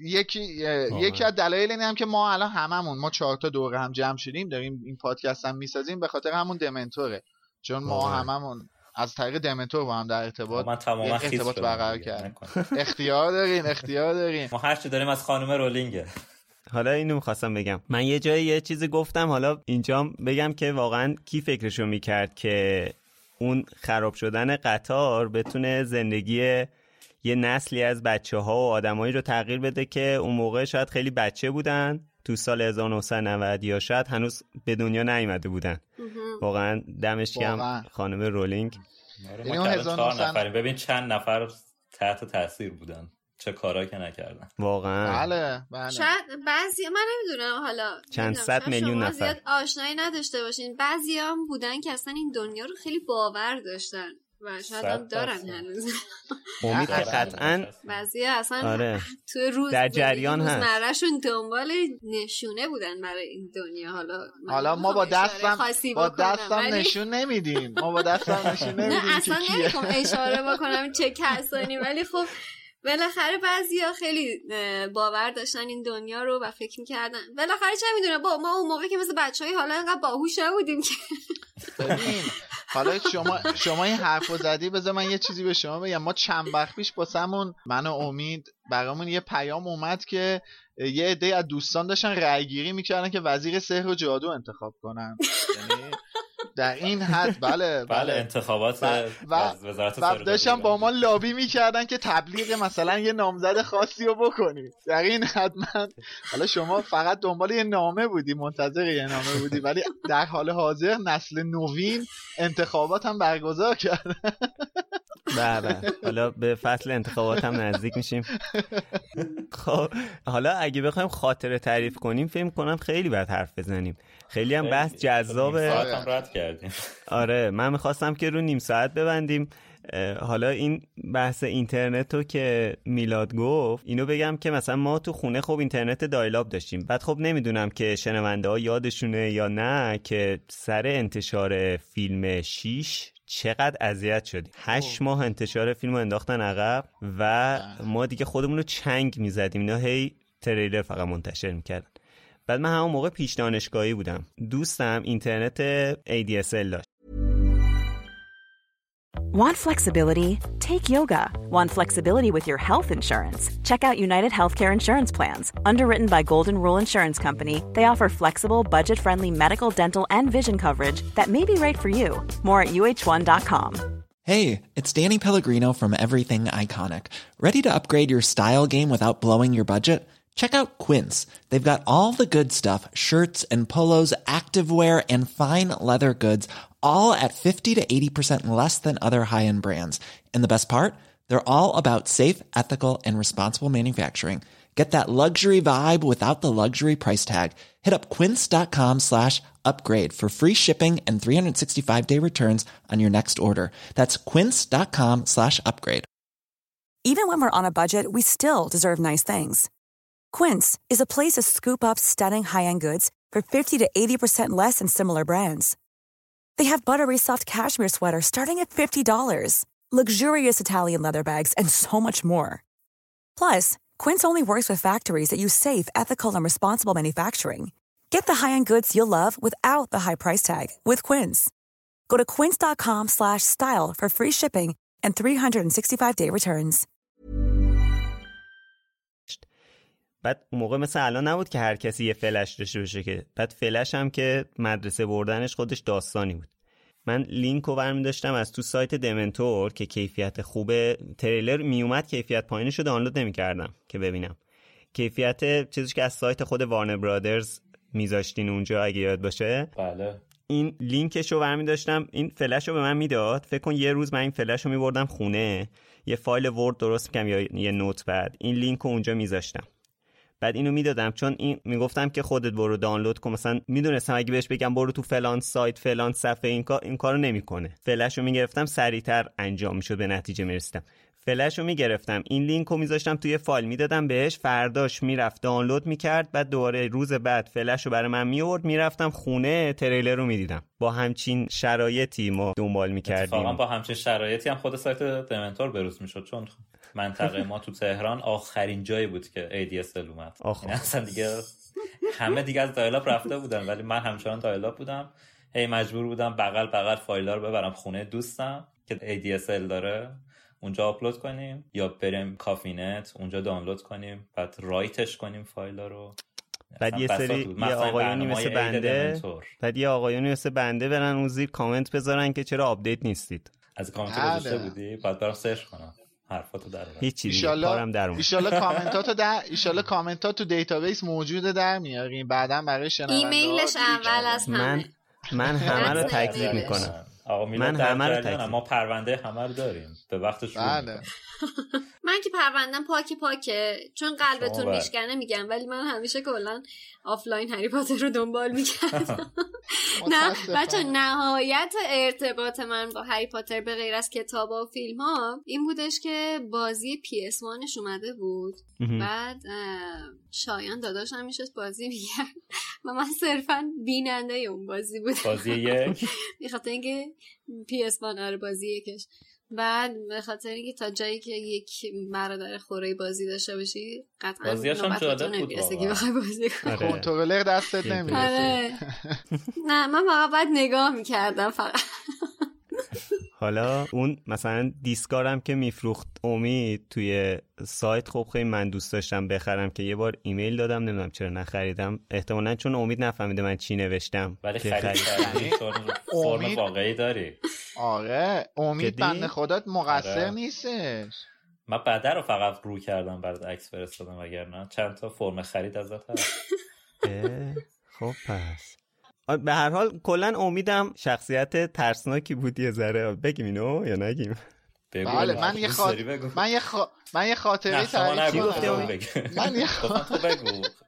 [SPEAKER 5] یکی از دلایل اینه هم که ما الان هممون ما 4 تا دوره هم جمع شدیم داریم این پادکست هم میسازیم به خاطر همون دمنتوره، چون ما هممون از طریق دمنتور با هم در ارتباط برقرار کردیم. اختیار دارین
[SPEAKER 1] ما هر چی داریم از خانم رولینگه.
[SPEAKER 2] حالا اینو می‌خواستم بگم، من یه جایی یه چیزی گفتم، حالا اینجا بگم که واقعا کی فکرشو میکرد که اون خراب شدن قطار بتونه زندگی یه نسلی از بچه‌ها و آدمایی رو تغییر بده که اون موقع شاید خیلی بچه بودن تو سال 1990 یا شاید هنوز به دنیا نیامده بودن. واقعا دمش گرم خانم رولینگ.
[SPEAKER 1] ما 4 نفریم، ببین چند نفر تحت تاثیر بودن، چه کارایی که نکردن
[SPEAKER 2] واقعا.
[SPEAKER 5] بله.
[SPEAKER 3] شاید بعضی من نمیدونم، حالا
[SPEAKER 2] چند صد میلیون نفر
[SPEAKER 3] زیاد آشنایی نداشته باشین، بعضیا هم بودن که اصلا این دنیا رو خیلی باور داشتن و شاید هم دارن هنوز.
[SPEAKER 2] امید قطعاً
[SPEAKER 3] بعضیا اصلا
[SPEAKER 2] آره.
[SPEAKER 3] تو روز
[SPEAKER 2] در جریان هست،
[SPEAKER 3] روزمره‌شون دنبال نشونه بودن برای این دنیا.
[SPEAKER 5] حالا ما با دستم نشون نمیدیم،
[SPEAKER 3] نه اصلا نمیخوام اشاره بکنم چه کسانی، ولی خب بالاخره بعضیا خیلی باور داشتن این دنیا رو و فکر می‌کردن بالاخره چه میدونه با ما اون موقع که مثل بچهای حالا انقدر باهوش نبودیم که
[SPEAKER 5] ببین حالا شما این حرفو زدی، بذار من یه چیزی به شما بگم. ما چند وقت پیش واسمون من و امید برامون یه پیام اومد که یه عده از دوستان داشتن رأی گیری می‌کردن که وزیر سحر و جادو انتخاب کنن. یعنی در این حد بله
[SPEAKER 1] انتخابات وزارت
[SPEAKER 5] و داشتن با ما لابی میکردن که تبلیغ مثلا یه نامزد خاصی رو بکنید. در این حد من حالا شما فقط دنبال یه نامه بودی، منتظر یه نامه بودی، ولی در حال حاضر نسل نوین انتخابات هم برگزار کرده.
[SPEAKER 2] بله حالا به فصل انتخابات هم نزدیک میشیم. خب حالا اگه بخوایم خاطره تعریف کنیم فکر کنم خیلی باید حرف بزنیم، خیلی هم بحث جذابه.
[SPEAKER 1] رد کردیم.
[SPEAKER 2] آره من میخواستم که رو نیم ساعت ببندیم. حالا این بحث اینترنت رو که میلاد گفت، اینو بگم که مثلا ما تو خونه خب اینترنت دایلاب داشتیم. بعد خب نمیدونم که شنونده ها یادشونه یا نه که سر انتشار فیلم 6 چقدر اذیت شدیم. 8 ماه انتشار فیلم رو انداختن عقب و ما دیگه خودمون رو چنگ میزدیم. اینا هی تریلر فقط منتشر میکردن. بعد من همون موقع پیش دانشگاهی بودم. دوستم اینترنت ADSL داشت.
[SPEAKER 13] Want flexibility? Take yoga. Want flexibility with your health insurance? Check out United Healthcare Insurance Plans. Underwritten by Golden Rule Insurance Company, they offer flexible, budget-friendly medical, dental, and vision coverage that may be right for you. More at uh1.com.
[SPEAKER 14] Hey, it's Danny Pellegrino from Everything Iconic. Ready to upgrade your style game without blowing your budget? Check out Quince. They've got all the good stuff, shirts and polos, activewear, and fine leather goods, all at 50 to 80% less than other high-end brands. And the best part? They're all about safe, ethical, and responsible manufacturing. Get that luxury vibe without the luxury price tag. Hit up quince.com/upgrade for free shipping and 365-day returns on your next order. That's quince.com/upgrade.
[SPEAKER 13] Even when we're on a budget, we still deserve nice things. Quince is a place to scoop up stunning high-end goods for 50 to 80% less than similar brands. They have buttery soft cashmere sweaters starting at $50, luxurious Italian leather bags, and so much more. Plus, Quince only works with factories that use safe, ethical, and responsible manufacturing. Get the high-end goods you'll love without the high price tag with Quince. Go to quince.com/style for free shipping and 365-day returns.
[SPEAKER 2] بعد اون موقع مثل الان نبود که هر کسی یه فلش داشته باشه، که بعد فلش هم که مدرسه بردنش خودش داستانی بود. من لینک رو برمی داشتم از تو سایت دمنتور که کیفیت خوبه، تریلر میومد کیفیت پایینش رو دانلود نمی کردم که ببینم. کیفیت چیزی که از سایت خود وارنر برادرز میذاشتین اونجا اگه یاد باشه.
[SPEAKER 1] بله.
[SPEAKER 2] این لینکش رو برمی داشتم، این فلش رو به من میداد. فکر کن یه روز من این فلش رو میبردم خونه، یه فایل ورد درست میکردم یا یه نوت پد، این لینک رو اونجا میذاشتم. بعد اینو میدادم، چون این میگفتم که خودت برو دانلود کن. مثلا میدونستم اگه بهش بگم برو تو فلان سایت فلان صفحه این کارو نمیکنه. فلش رو میگرفتم سریعتر انجام میشد، به نتیجه میرسیدم. فلش رو میگرفتم، این لینک رو میذاشتم توی فایل میدادم بهش، فرداش میرفت دانلود میکرد. بعد دوباره روز بعد فلش رو برای من میورد، میرفتم خونه تریلر رو میدیدم. با همچین شرایطی ما دنبال میکردیم.
[SPEAKER 1] اتفاقا با همچین شرایطی هم خود سایت دمنتور بروز میشد، چون منطقه ما تو تهران آخرین جایی بود که ADSL اومد. اصلا دیگه همه دیگه از دایلاب رفته بودن، ولی من همچنان دایلاب بودم. مجبور بودم بغل فایل‌ها رو ببرم خونه دوستم که ADSL داره، اونجا آپلود کنیم، یا بریم کافینت اونجا دانلود کنیم، بعد رایتش کنیم فایل‌ها رو.
[SPEAKER 2] بعد یه سری یه آقایونی مثل بنده برن اون زیر کامنت بذارن که چرا آپدیت نیستید.
[SPEAKER 1] از کامنت گذاشته بودی؟ بعد برام سرچ کنم حرفاتو در
[SPEAKER 2] هیچ چیزی کارم در اومد.
[SPEAKER 5] ایشالله کامنتات تو دیتابیس موجوده در میاریم بعداً برای شنونده.
[SPEAKER 3] ایمیلش اول از همه.
[SPEAKER 2] من همه رو تکذیب میکنم.
[SPEAKER 1] من همه رو تکذیب. ما پرونده همه رو داریم به وقتش.
[SPEAKER 5] بله.
[SPEAKER 3] من که پروندم پاکه، چون قلبتون میشکنه میگم، ولی من همیشه کلا آفلاین هری پاتر رو دنبال میکردم. نه بچه، نهایت ارتباط من با هری پاتر به غیر از کتاب و فیلم ها این بودش که بازی PS1ش اومده بود. بعد شایان داداش هم میشد بازی میگرد و من صرفا بیننده اون بازی بودم.
[SPEAKER 1] بازی یک
[SPEAKER 3] بخاطر اینکه PS1 آره بازی یکش. بعد به خاطر اینکه تا جایی که یک برادر خوره بازی داشته باشی قطعا
[SPEAKER 1] بازیاش هم جالب بود
[SPEAKER 3] واقعا.
[SPEAKER 5] کنترلر دستت نمیرسه.
[SPEAKER 3] نه من واقعا باید نگاه میکردم فقط.
[SPEAKER 2] حالا اون مثلا دیسکارم که میفروخت امید توی سایت، خب خیلی من دوست داشتم بخرم که یه بار ایمیل دادم، نمیدونم چرا نخریدم. احتمالاً چون امید نفهمیده من چی نوشتم.
[SPEAKER 1] ولی خریدی فرم واقعی داری.
[SPEAKER 5] آره امید بنده خودت مقصر نیستش.
[SPEAKER 1] من بعدا رو فقط رو کردم برات عکس فرستادم، وگرنه چند تا فرم خرید ازت هست.
[SPEAKER 2] خب پس به هر حال کلا امیدم شخصیت ترسناکی بود یه ذره. بگیم اینو یا نگیم؟
[SPEAKER 5] بله من یه خاطره تعریف کنم.
[SPEAKER 1] تو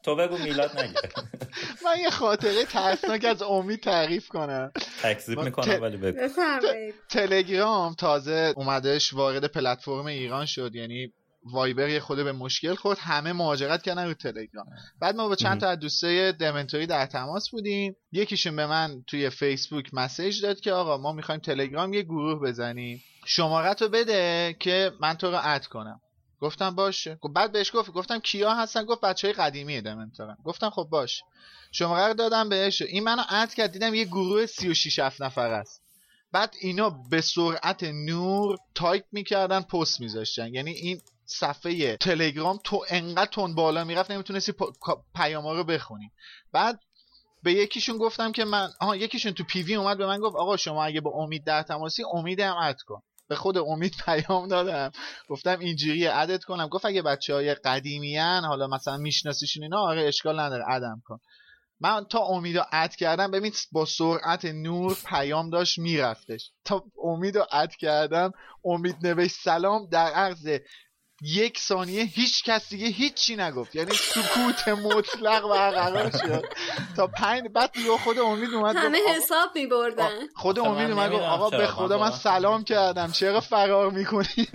[SPEAKER 1] تو بگو میلاد نگه.
[SPEAKER 5] من یه خاطره ترسناک از امید تعریف کنم.
[SPEAKER 1] تکذیب میکنم ولی بگو.
[SPEAKER 5] تلگرام تازه اومدش وارد پلتفرم ایران شد، یعنی وایبر یه خود به مشکل خورد، همه مهاجرت کردن رو تلگرام. بعد ما با چند تا از دوستای دمنتوری در تماس بودیم، یکیشون به من توی فیسبوک مسیج داد که آقا ما میخوایم تلگرام یه گروه بزنیم، شماره‌تو بده که من تو رو اد کنم. گفتم باشه. بعد بهش گفتم کیا هستن؟ گفت بچهای قدیمی دمنتورن. گفتم خب باش. شماره رو دادم بهش، این منو اد کرد، دیدم یه گروه 36 نفره است. بعد اینا به سرعت نور تایپ میکردن، پست میذاشتن، یعنی این صفحه تلگرام تو انقدر تون بالا میرفت نمیتونستی پیاما رو بخونی. بعد به یکیشون گفتم که من یکیشون تو پی وی اومد به من گفت آقا شما اگه با امید در تماسی، امید هم اد کن. به خود امید پیام دادم، گفتم اینجوری ادت کنم. گفت اگه بچهای قدیمیان حالا مثلا میشناسیشون اینا، آره اشکال نداره ادم کن. من تا امیدو اد کردم، ببین با سرعت نور پیام داشت میرفتش. تا امیدو اد کردم، امید نوشت سلام، در عرض 1 ثانیه هیچ کس دیگه هیچی نگفت، یعنی سکوت مطلق برقرار شد تا 5. بعد دیگه خود امید اومد
[SPEAKER 3] همه حساب می‌بردن.
[SPEAKER 5] خود امید اومد گفت آقا به خدا من سلام کردم، چرا فرار میکنی؟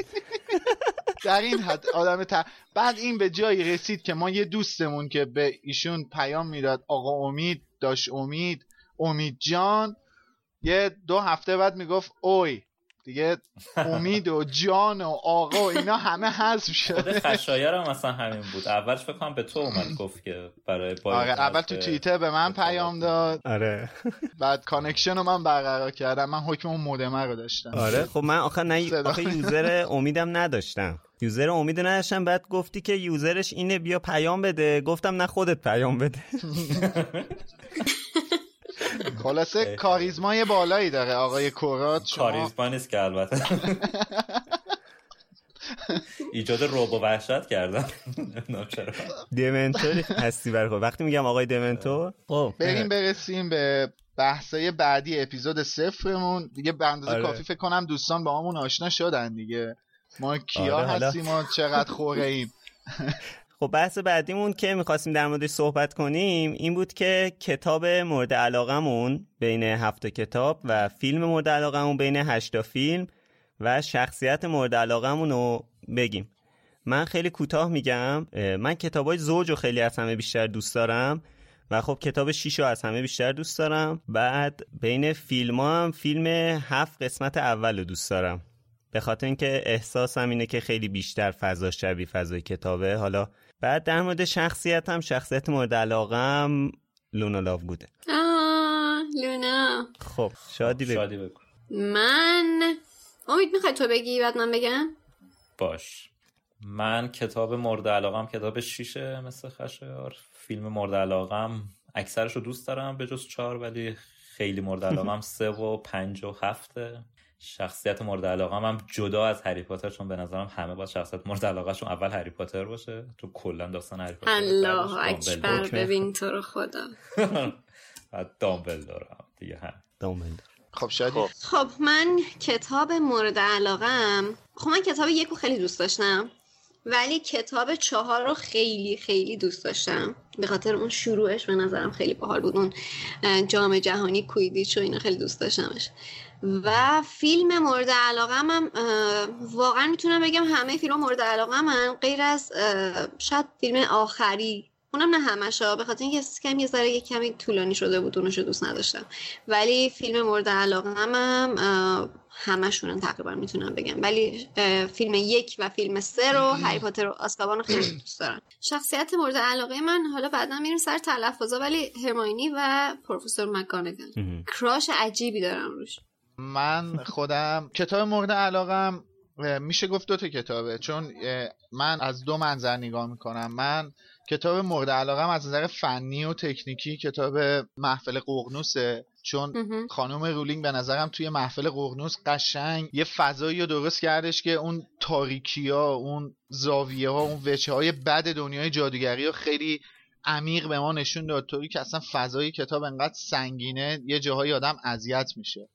[SPEAKER 5] در این حد آدم بعد این به جایی رسید که ما یه دوستمون که به ایشون پیام میداد آقا امید داشت، امید جان، یه 2 هفته بعد میگفت اوی دیگه، امید و جان و آقا اینا همه حذف شده.
[SPEAKER 1] خود خشایار هم مثلا همین بود، اولش فکر کنم به تو اومد گفت که برای
[SPEAKER 5] آره اول تو توییتر به من پیام داد.
[SPEAKER 2] آره
[SPEAKER 5] بعد کانکشن رو من برقرار کردم، من حکم اون مودم رو داشتم.
[SPEAKER 2] آره خب من آخه یوزر امیدم نداشتم، یوزر امید نداشتم. بعد گفتی که یوزرش اینه بیا پیام بده، گفتم نه خودت پیام بده.
[SPEAKER 5] خلاصه کاریزمای بالایی داره آقای کورات.
[SPEAKER 1] کاریزما نیست که البته ایجاد رعب و وحشت کردم.
[SPEAKER 2] دمنتور هستی برای خود. وقتی میگم آقای دمنتور
[SPEAKER 5] برسیم به بحثای بعدی اپیزود 0مون دیگه. به اندازه کافی فکر کنم دوستان با همون آشنا شدن دیگه، ما کیا هستیم و چقدر خوره ایم.
[SPEAKER 2] خب بحث بعدیمون که میخواستیم در موردش صحبت کنیم این بود که کتاب مورد علاقمون بین 7 کتاب و فیلم مورد علاقمون بین 8 فیلم و شخصیت مورد علاقمون رو بگیم. من خیلی کوتاه میگم، من کتابای زوج رو خیلی از همه بیشتر دوست دارم و خب کتاب 6 رو از همه بیشتر دوست دارم. بعد بین فیلم هم فیلم 7 قسمت اول رو دوست دارم، به خاطر اینکه احساسم اینه که خیلی بیشتر فضاش شبیه فضای کتابه. حالا بعد در مورد شخصیت مورد علاقم لونا لاوگوده.
[SPEAKER 3] لونا.
[SPEAKER 2] خب شادی بگو.
[SPEAKER 3] من امید میخوای تو بگی بعد من بگم؟
[SPEAKER 1] باش. من کتاب مورد علاقم کتاب 6 مثل خشایار. فیلم مورد علاقم اکثرش رو دوست دارم به جز 4، ولی خیلی مورد علاقم 3 و 5 و 7. شخصیت مورد علاقم هم جدا از هری پاتر، چون به نظرم همه باید شخصیت مورد علاقه‌شون اول هری پاتر باشه تو کلا داستان هری پاتر.
[SPEAKER 3] الله اکبر، ببین تو رو خدا.
[SPEAKER 1] بعد دامبلدور هم دیگه هم
[SPEAKER 2] دامبلدور.
[SPEAKER 5] خب شادی.
[SPEAKER 3] خب من کتاب مورد علاقم، خب من کتاب 1 رو خیلی دوست داشتم، ولی کتاب 4 رو خیلی خیلی دوست داشتم به خاطر اون شروعش به نظرم خیلی باحال بود. اون جام جهانی کویدیچ و اینا خیلی دوست داشتمش. و فیلم مورد علاقم هم واقعا میتونم بگم همه فیلم مورد علاقم هم غیر از شاید فیلم آخری، اونم نه همشا، به خاطر اینکه یه ذره کمی طولانی شده بود اونشو دوست نداشتم. ولی فیلم مورد علاقم هم همشونن تقریبا میتونم بگم، ولی فیلم 1 و فیلم 3 رو هری پاتر و آزکابان رو خیلی دوست دارم. شخصیت مورد علاقه من، حالا بعدا میریم سر تلفظا، ولی هرماینی و پروفسور مکگوناگل کراش عجیبی دارم روش.
[SPEAKER 5] من خودم کتاب مورد علاقم میشه گفت 2 کتابه، چون من از 2 منظر نگاه میکنم. من کتاب مورد علاقم از نظر فنی و تکنیکی کتاب محفل ققنوسه، چون خانم رولینگ به نظرم توی محفل ققنوس قشنگ یه فضایی رو درست کردش که اون تاریکی‌ها، اون زاویه‌ها، اون وجه‌های بد دنیای جادوگری رو خیلی عمیق به ما نشون داد، طوری که اصلا فضای کتاب انقدر سنگینه یه جاهای آدم اذیت میشه.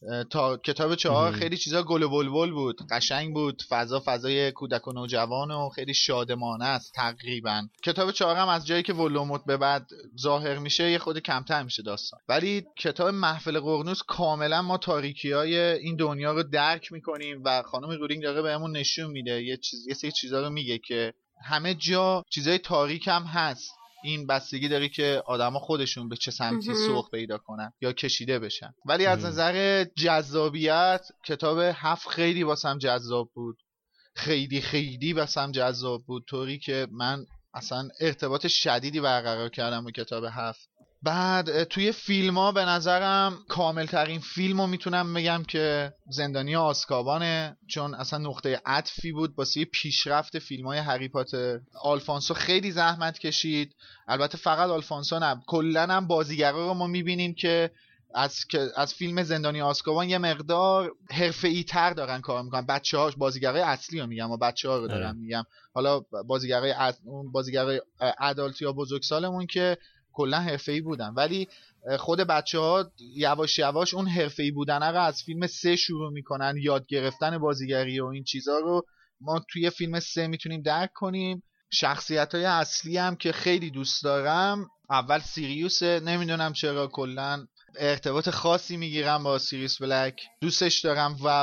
[SPEAKER 5] تا کتاب 4 خیلی چیزا گل و بلبل بود، قشنگ بود، فضای کودک و نوجوان و خیلی شادمانه است تقریبا. کتاب 4 هم از جایی که ولوموت به بعد ظاهر میشه یه خود کمتر میشه داستان، ولی کتاب محفل قرنوس کاملا ما تاریکی‌های این دنیا رو درک میکنیم و خانم رولینگ داره بهمون نشون میده یه سری چیزا رو میگه که همه جا چیزای تاریک هم هست. این بستگی داره که آدما خودشون به چه سمتی سوق پیدا کنن یا کشیده بشن. ولی از نظر جذابیت کتاب 7 خیلی واسم جذاب بود، خیلی واسم جذاب بود، طوری که من اصلا ارتباط شدیدی برقرار کردم با کتاب 7. بعد توی فیلم ها به نظرم کامل ترین فیلم رو میتونم بگم که زندانی آزکابانه، چون اصلا نقطه عطفی بود واسه پیشرفت فیلم های هری پاتر. آلفونسو خیلی زحمت کشید، البته فقط آلفونسو نه، کلن هم بازیگرا رو ما میبینیم که از فیلم زندانی آزکابان یه مقدار حرفه‌ای تر دارن کار میکنن. بچه‌هاش بازیگرای اصلی رو میگم و بچه‌ها رو دارم میگم، حالا بازیگرای ادالت یا بزرگسالمون که کلا حرفه‌ای بودن، ولی خود بچه‌ها یواش یواش اون حرفه‌ای بودن رو از فیلم 3 شروع میکنن، یاد گرفتن بازیگری و این چیزا رو ما توی فیلم 3 میتونیم درک کنیم. شخصیت‌های اصلی هم که خیلی دوست دارم، اول سیریوس، نمیدونم چرا کلا ارتباط خاصی میگیرم با سیریوس بلک، دوستش دارم و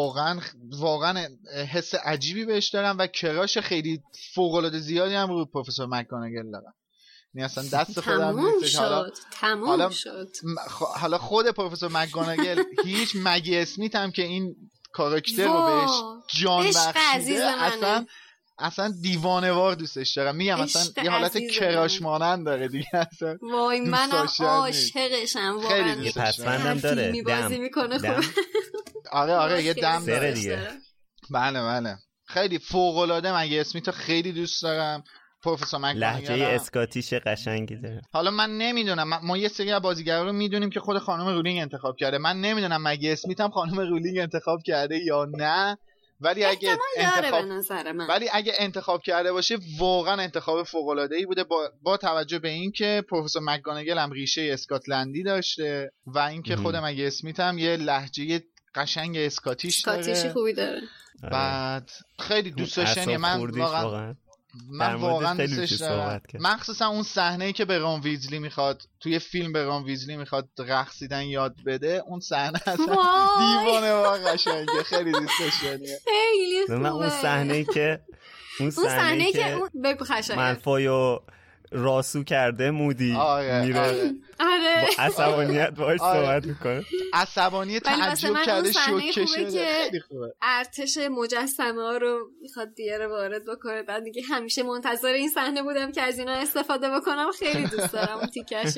[SPEAKER 5] واقعا حس عجیبی بهش دارم و کراش خیلی فوق‌العاده زیادی هم رو پروفسور مک‌گوناگل دارم. یعنی اصلا دست خودم نیست.
[SPEAKER 3] تموم شد.
[SPEAKER 5] حالا خود پروفسور مک‌گوناگل هیچ مگی اسمیت هم که این کاراکتر رو بهش جان بخشیده اصلا دیوانه‌وار دوستش دارم. میگم اصلا یه حالت کراش مانند داره دیگه. اصلا
[SPEAKER 3] وای منم عاشقشم واقعا.
[SPEAKER 2] یه پسوندم داره،
[SPEAKER 3] بازی میکنه خوب.
[SPEAKER 5] آره یه دم داره دیگه. بله خیلی فوق‌العاده مگی اسمیتو خیلی دوست دارم. پروفسور مک‌گوناگل
[SPEAKER 2] لهجه اسکاتیش قشنگی داره.
[SPEAKER 5] حالا من نمیدونم، ما یه سری از بازیگرا رو میدونیم که خود خانم رولینگ انتخاب کرده، من نمیدونم مگی اسمیت هم خانم رولینگ انتخاب کرده یا نه، ولی اگه انتخاب کرده باشه واقعا انتخاب فوق‌العاده‌ای بوده با توجه به اینکه پروفسور مک‌گوناگل هم ریشه اسکاتلندی داشته و اینکه خود مگی اسمیت هم یه لهجه قشنگ اسکاتیش
[SPEAKER 3] خوبی داره.
[SPEAKER 5] بعد خیلی دوست داشتنیه. من واقعا دوستش دارم، مخصوصا اون صحنه‌ای که به رون ویزلی میخواد توی فیلم به رون ویزلی میخواد رقصیدن یاد بده، اون صحنه اصلا دیوانه واقعا قشنگه، خیلی دوستش دارم.
[SPEAKER 3] خیلی خوبه.
[SPEAKER 2] من اون صحنه‌ای که
[SPEAKER 3] بگو خشایار
[SPEAKER 2] مالفویو راسو کرده مودی میره با عصبانیت باهاش صحبت میکنه،
[SPEAKER 5] عصبانیت تعجب کرده، شوکه شده. خیلی خوبه.
[SPEAKER 3] ارتش مجسمه ها رو میخواد دیگه وارد بکنه، بعد دیگه همیشه منتظر این صحنه بودم که از اینا استفاده بکنم. خیلی دوست دارم اون تیکشو.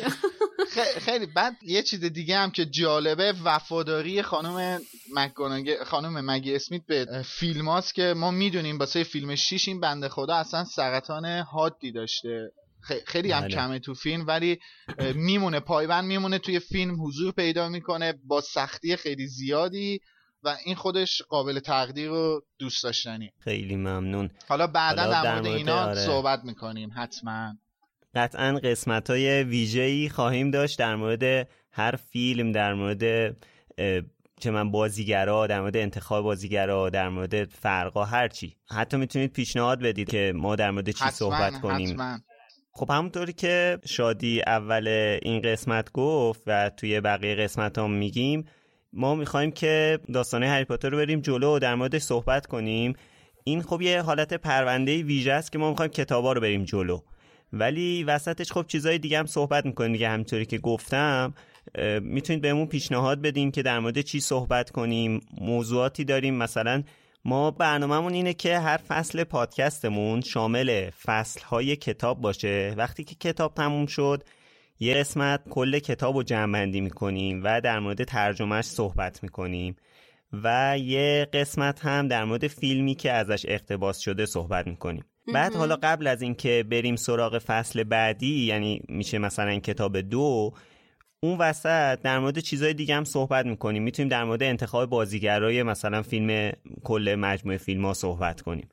[SPEAKER 5] خیلی. بعد یه چیز دیگه هم که جالبه، وفاداری خانم مک‌گوناگل، خانم مگی اسمیت به فیلماست که ما میدونیم واسه فیلم 6 این بنده خدا اصلا سرطان حادی داشته، خیلی هم کمه تو فیلم، ولی میمونه، پایبند میمونه توی فیلم، حضور پیدا میکنه با سختی خیلی زیادی و این خودش قابل تقدیر و دوست داشتنی.
[SPEAKER 2] خیلی ممنون.
[SPEAKER 5] حالا بعدا در مورد اینا صحبت میکنیم حتما.
[SPEAKER 2] قطعا قسمت‌های ویژه‌ای خواهیم داشت در مورد هر فیلم، در مورد چه من بازیگرا، در مورد انتخاب بازیگرا، در مورد فرقا، هر چی. حتی میتونید پیشنهاد بدید که ما در مورد چی صحبت کنیم.
[SPEAKER 5] حتما.
[SPEAKER 2] خب همونطوری که شادی اول این قسمت گفت و توی بقیه قسمت هم میگیم، ما میخوایم که داستانه هری پاتر رو بریم جلو و در موردش صحبت کنیم. این خب یه حالت پرونده ویژه است که ما میخوایم کتابا رو بریم جلو، ولی وسطش خب چیزای دیگه هم صحبت میکنیم دیگه. همونطوری که گفتم میتونید بهمون پیشنهاد بدین که در مورد چی صحبت کنیم، موضوعاتی داریم. مثلا ما برنامه‌مون اینه که هر فصل پادکستمون شامل فصل‌های کتاب باشه. وقتی که کتاب تموم شد یه قسمت کل کتاب رو جمع‌بندی می‌کنیم و در مورد ترجمهش صحبت می‌کنیم و یه قسمت هم در مورد فیلمی که ازش اقتباس شده صحبت می‌کنیم. بعد حالا قبل از این که بریم سراغ فصل بعدی، یعنی میشه مثلا کتاب 2، اون وسط در مورد چیزای دیگه هم صحبت میکنیم. میتونیم در مورد انتخاب بازیگرای مثلا فیلم، کل مجموعه فیلم ها صحبت کنیم.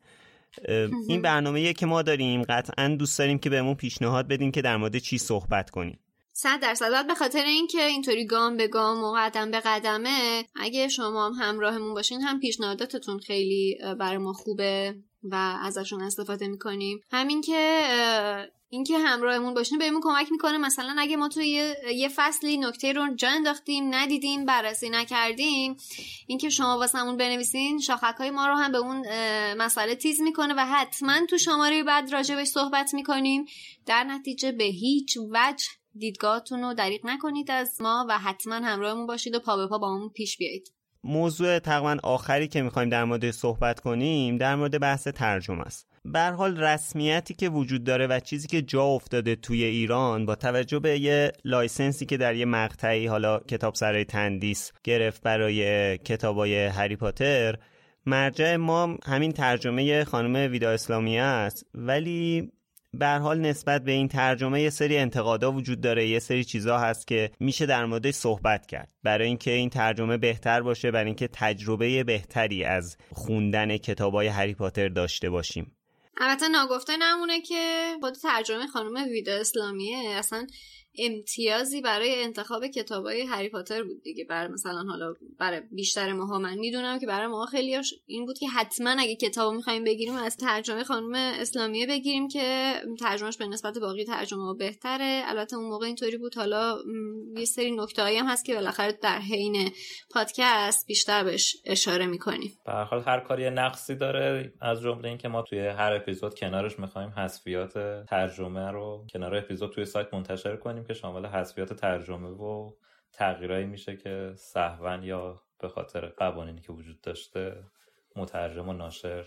[SPEAKER 2] این برنامه‌ایه که ما داریم. قطعا دوست داریم که بهمون پیشنهاد بدین که در مورد چی صحبت کنیم.
[SPEAKER 3] 100% به خاطر اینکه اینطوری گام به گام و قدم به قدمه، اگه شما هم همراهمون باشین هم پیشنهاداتتون خیلی برای ما خوبه و ازشون استفاده میکنیم. همین که اینکه همراهمون باشین بهمون کمک میکنه. مثلا اگه ما توی یه فصلی نکته رو جا انداختیم ندیدیم بررسی نکردیم، اینکه شما واسمون بنویسین شاخک‌های ما رو هم به اون مسئله تیز میکنه و حتما تو شماره بعد راجبش صحبت میکنیم. در نتیجه به هیچ وجه دیدگاهتون رو دریغ نکنید از ما و حتما همراهمون باشید و پا به پا با همون پیش بیایید.
[SPEAKER 2] موضوع تقریبا آخری که میخوایم در مورد صحبت کنیم در مورد بحث ترجمه است. به هر حال رسمیتی که وجود داره و چیزی که جا افتاده توی ایران با توجه به یه لایسنسی که در یه مقطعی حالا کتابسرای تندیس گرفت برای کتابای هری پاتر، مرجع ما همین ترجمه خانم ویدا اسلامیه است. ولی به هر حال نسبت به این ترجمه یه سری انتقادا وجود داره، یه سری چیزا هست که میشه در موردش صحبت کرد برای اینکه این ترجمه بهتر باشه، برای اینکه تجربه بهتری از خوندن کتابای هری پاتر داشته باشیم.
[SPEAKER 3] البته ناگفته نمونه که خود ترجمه خانم ویدا اسلامیه اصلا امتیازی برای انتخاب کتابای هری پاتر بود دیگه. برای مثلا حالا برای بیشتر ماها، من میدونم که برای ماها خیلیاش این بود که حتما اگه کتابو می‌خوایم بگیریم از ترجمه خانم اسلامیه بگیریم که ترجمهش به نسبت باقی ترجمه‌ها بهتره. البته اون موقع اینطوری بود. حالا یه سری نکته‌ای هم هست که بالاخره در حین پادکست بیشتر بهش اشاره می‌کنیم.
[SPEAKER 1] به هر حال هر کاری نقصی داره، از جمله اینکه ما توی هر اپیزود کنارش می‌خوایم حذفیات ترجمه رو کنار اپیزود توی سایت منتشر کنیم که شامل حذفیات ترجمه و تغییرایی میشه که سهواً یا به خاطر قوانینی که وجود داشته مترجم و ناشر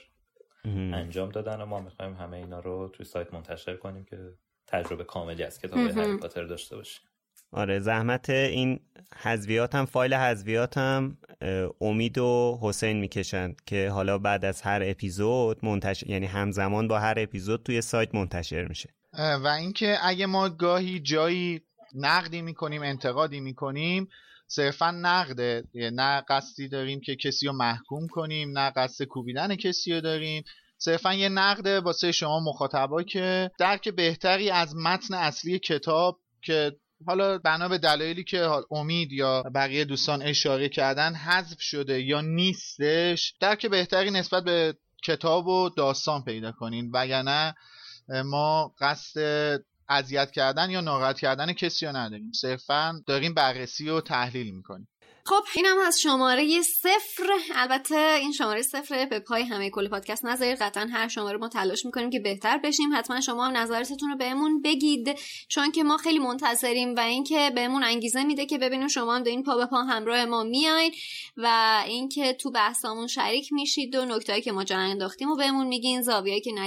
[SPEAKER 1] انجام دادن و ما میخوایم همه اینا رو توی سایت منتشر کنیم که تجربه کاملی از کتاب هری پاتر داشته باشیم.
[SPEAKER 2] آره، زحمت این حذفیات هم، فایل حذفیات هم امید و حسین میکشن که حالا بعد از هر اپیزود منتشر، یعنی همزمان با هر اپیزود توی سایت منتشر میشه.
[SPEAKER 5] و اینکه اگه ما گاهی جایی نقدی میکنیم، انتقادی میکنیم، صرفا نقده، نه قصدی داریم که کسی رو محکوم کنیم، نه قصد کوبیدن کسی رو داریم، صرفا یه نقده واسه شما مخاطبا که درک بهتری از متن اصلی کتاب که حالا بنا به دلایلی که امید یا بقیه دوستان اشاره کردن حذف شده یا نیستش، درک بهتری نسبت به کتاب و داستان پیدا کنین. وگرنه ما قصد اذیت کردن یا ناراحت کردن کسی رو نداریم، صرفا داریم بررسی و تحلیل میکنیم.
[SPEAKER 3] خب اینم از شماره 0. البته این شماره 0 به پای همه کل پادکست نذارید، قطعا هر شماره ما تلاش میکنیم که بهتر بشیم. حتما شما هم نظراتتون رو بهمون بگید، چون که ما خیلی منتظریم و اینکه بهمون انگیزه میده که ببینیم شما هم دارین پا به پا همراه ما میاین و اینکه تو بحثامون شریک میشید و نکتهایی که ما جا انداختیم و بهمون میگین، زاویه‌ای که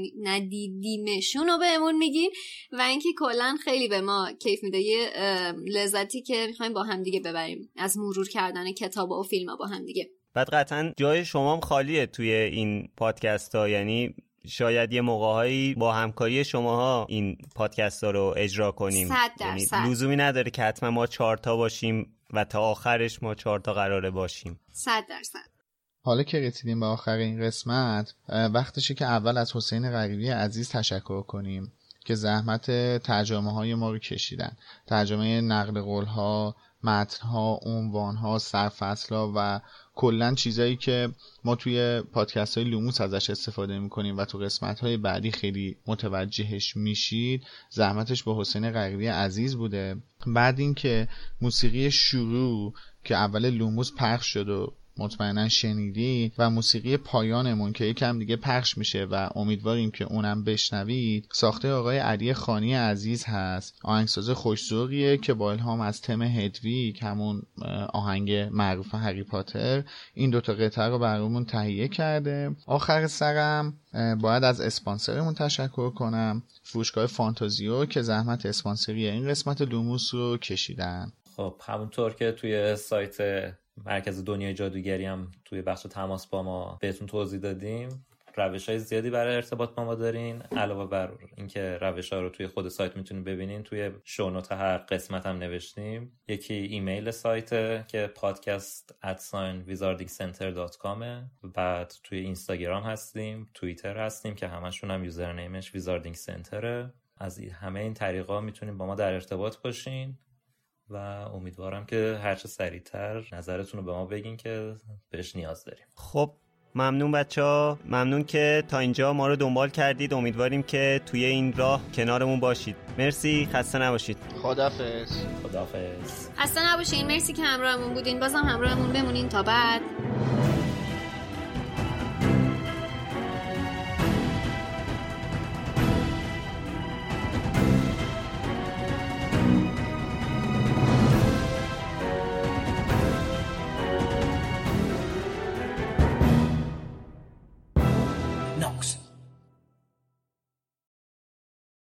[SPEAKER 3] ندیدیمشون رو بهمون میگین و اینکه کلا خیلی به ما کیف میده، یه لذتی که میخوایم با هم دیگه ببریم از مرور کردن کتاب و فیلم با هم دیگه.
[SPEAKER 2] بعد قطعا جای شما هم خالیه توی این پادکست ها، یعنی شاید یه موقع‌هایی با همکاری شماها این پادکست ها رو اجرا کنیم.
[SPEAKER 3] 100%.
[SPEAKER 2] یعنی لزومی نداره که حتما ما 4 تا باشیم و تا آخرش ما 4 تا قراره باشیم.
[SPEAKER 3] 100%.
[SPEAKER 5] حالا که رسیدیم به آخر این قسمت، وقتشه که اول از حسین غریبی عزیز تشکر کنیم که زحمت ترجمه های ما رو کشیدن. ترجمه نقل قول ها، متن‌ها، عنوان‌ها، سرفصل‌ها و کلاً چیزایی که ما توی پادکست‌های لوموس ازش استفاده می‌کنیم و تو قسمت‌های بعدی خیلی متوجهش میشید، زحمتش با حسین غریبی عزیز بوده. بعد اینکه موسیقی شروع که اول لوموس پخش شد و مطمئنا شنیدی و موسیقی پایانمون که یکم دیگه پخش میشه و امیدواریم که اونم بشنوید، ساخته آقای علی خانی عزیز هست. آهنگساز خوش‌ذوقیه که با الهام از تم هدویگ، همون آهنگ معروف هری پاتر، این دوتا قطعه رو برامون تهیه کرده. آخر سرم باید از اسپانسرمون تشکر کنم، فروشگاه فانتازیو که زحمت اسپانسری این قسمت لوموس رو کشیدن.
[SPEAKER 1] خب همونطور که توی سایت مرکز دنیای جادوگری هم توی بخش تماس با ما بهتون توضیح دادیم، روش‌های زیادی برای ارتباط با ما دارین. علاوه بر اینکه روش‌ها رو توی خود سایت میتونین ببینین، توی شونوت هر قسمت هم نوشتیم. یکی ایمیل سایت که podcast@wizardingcenter.com، بعد توی اینستاگرام هستیم، توییتر هستیم که همشون هم یوزرنیمش ویزاردینگ سنتره. از همه این طریقا میتونین با ما در ارتباط باشین و امیدوارم که هرچه سریعتر نظرتون رو به ما بگین که بهش نیاز داریم.
[SPEAKER 2] خب ممنون بچه‌ها، ممنون که تا اینجا ما رو دنبال کردید. امیدواریم که توی این راه کنارمون باشید. مرسی، خسته نباشید.
[SPEAKER 5] خداحافظ.
[SPEAKER 1] خداحافظ.
[SPEAKER 3] خسته نباشین، مرسی که همراهمون بودین. بازم همراهمون بمونین تا بعد.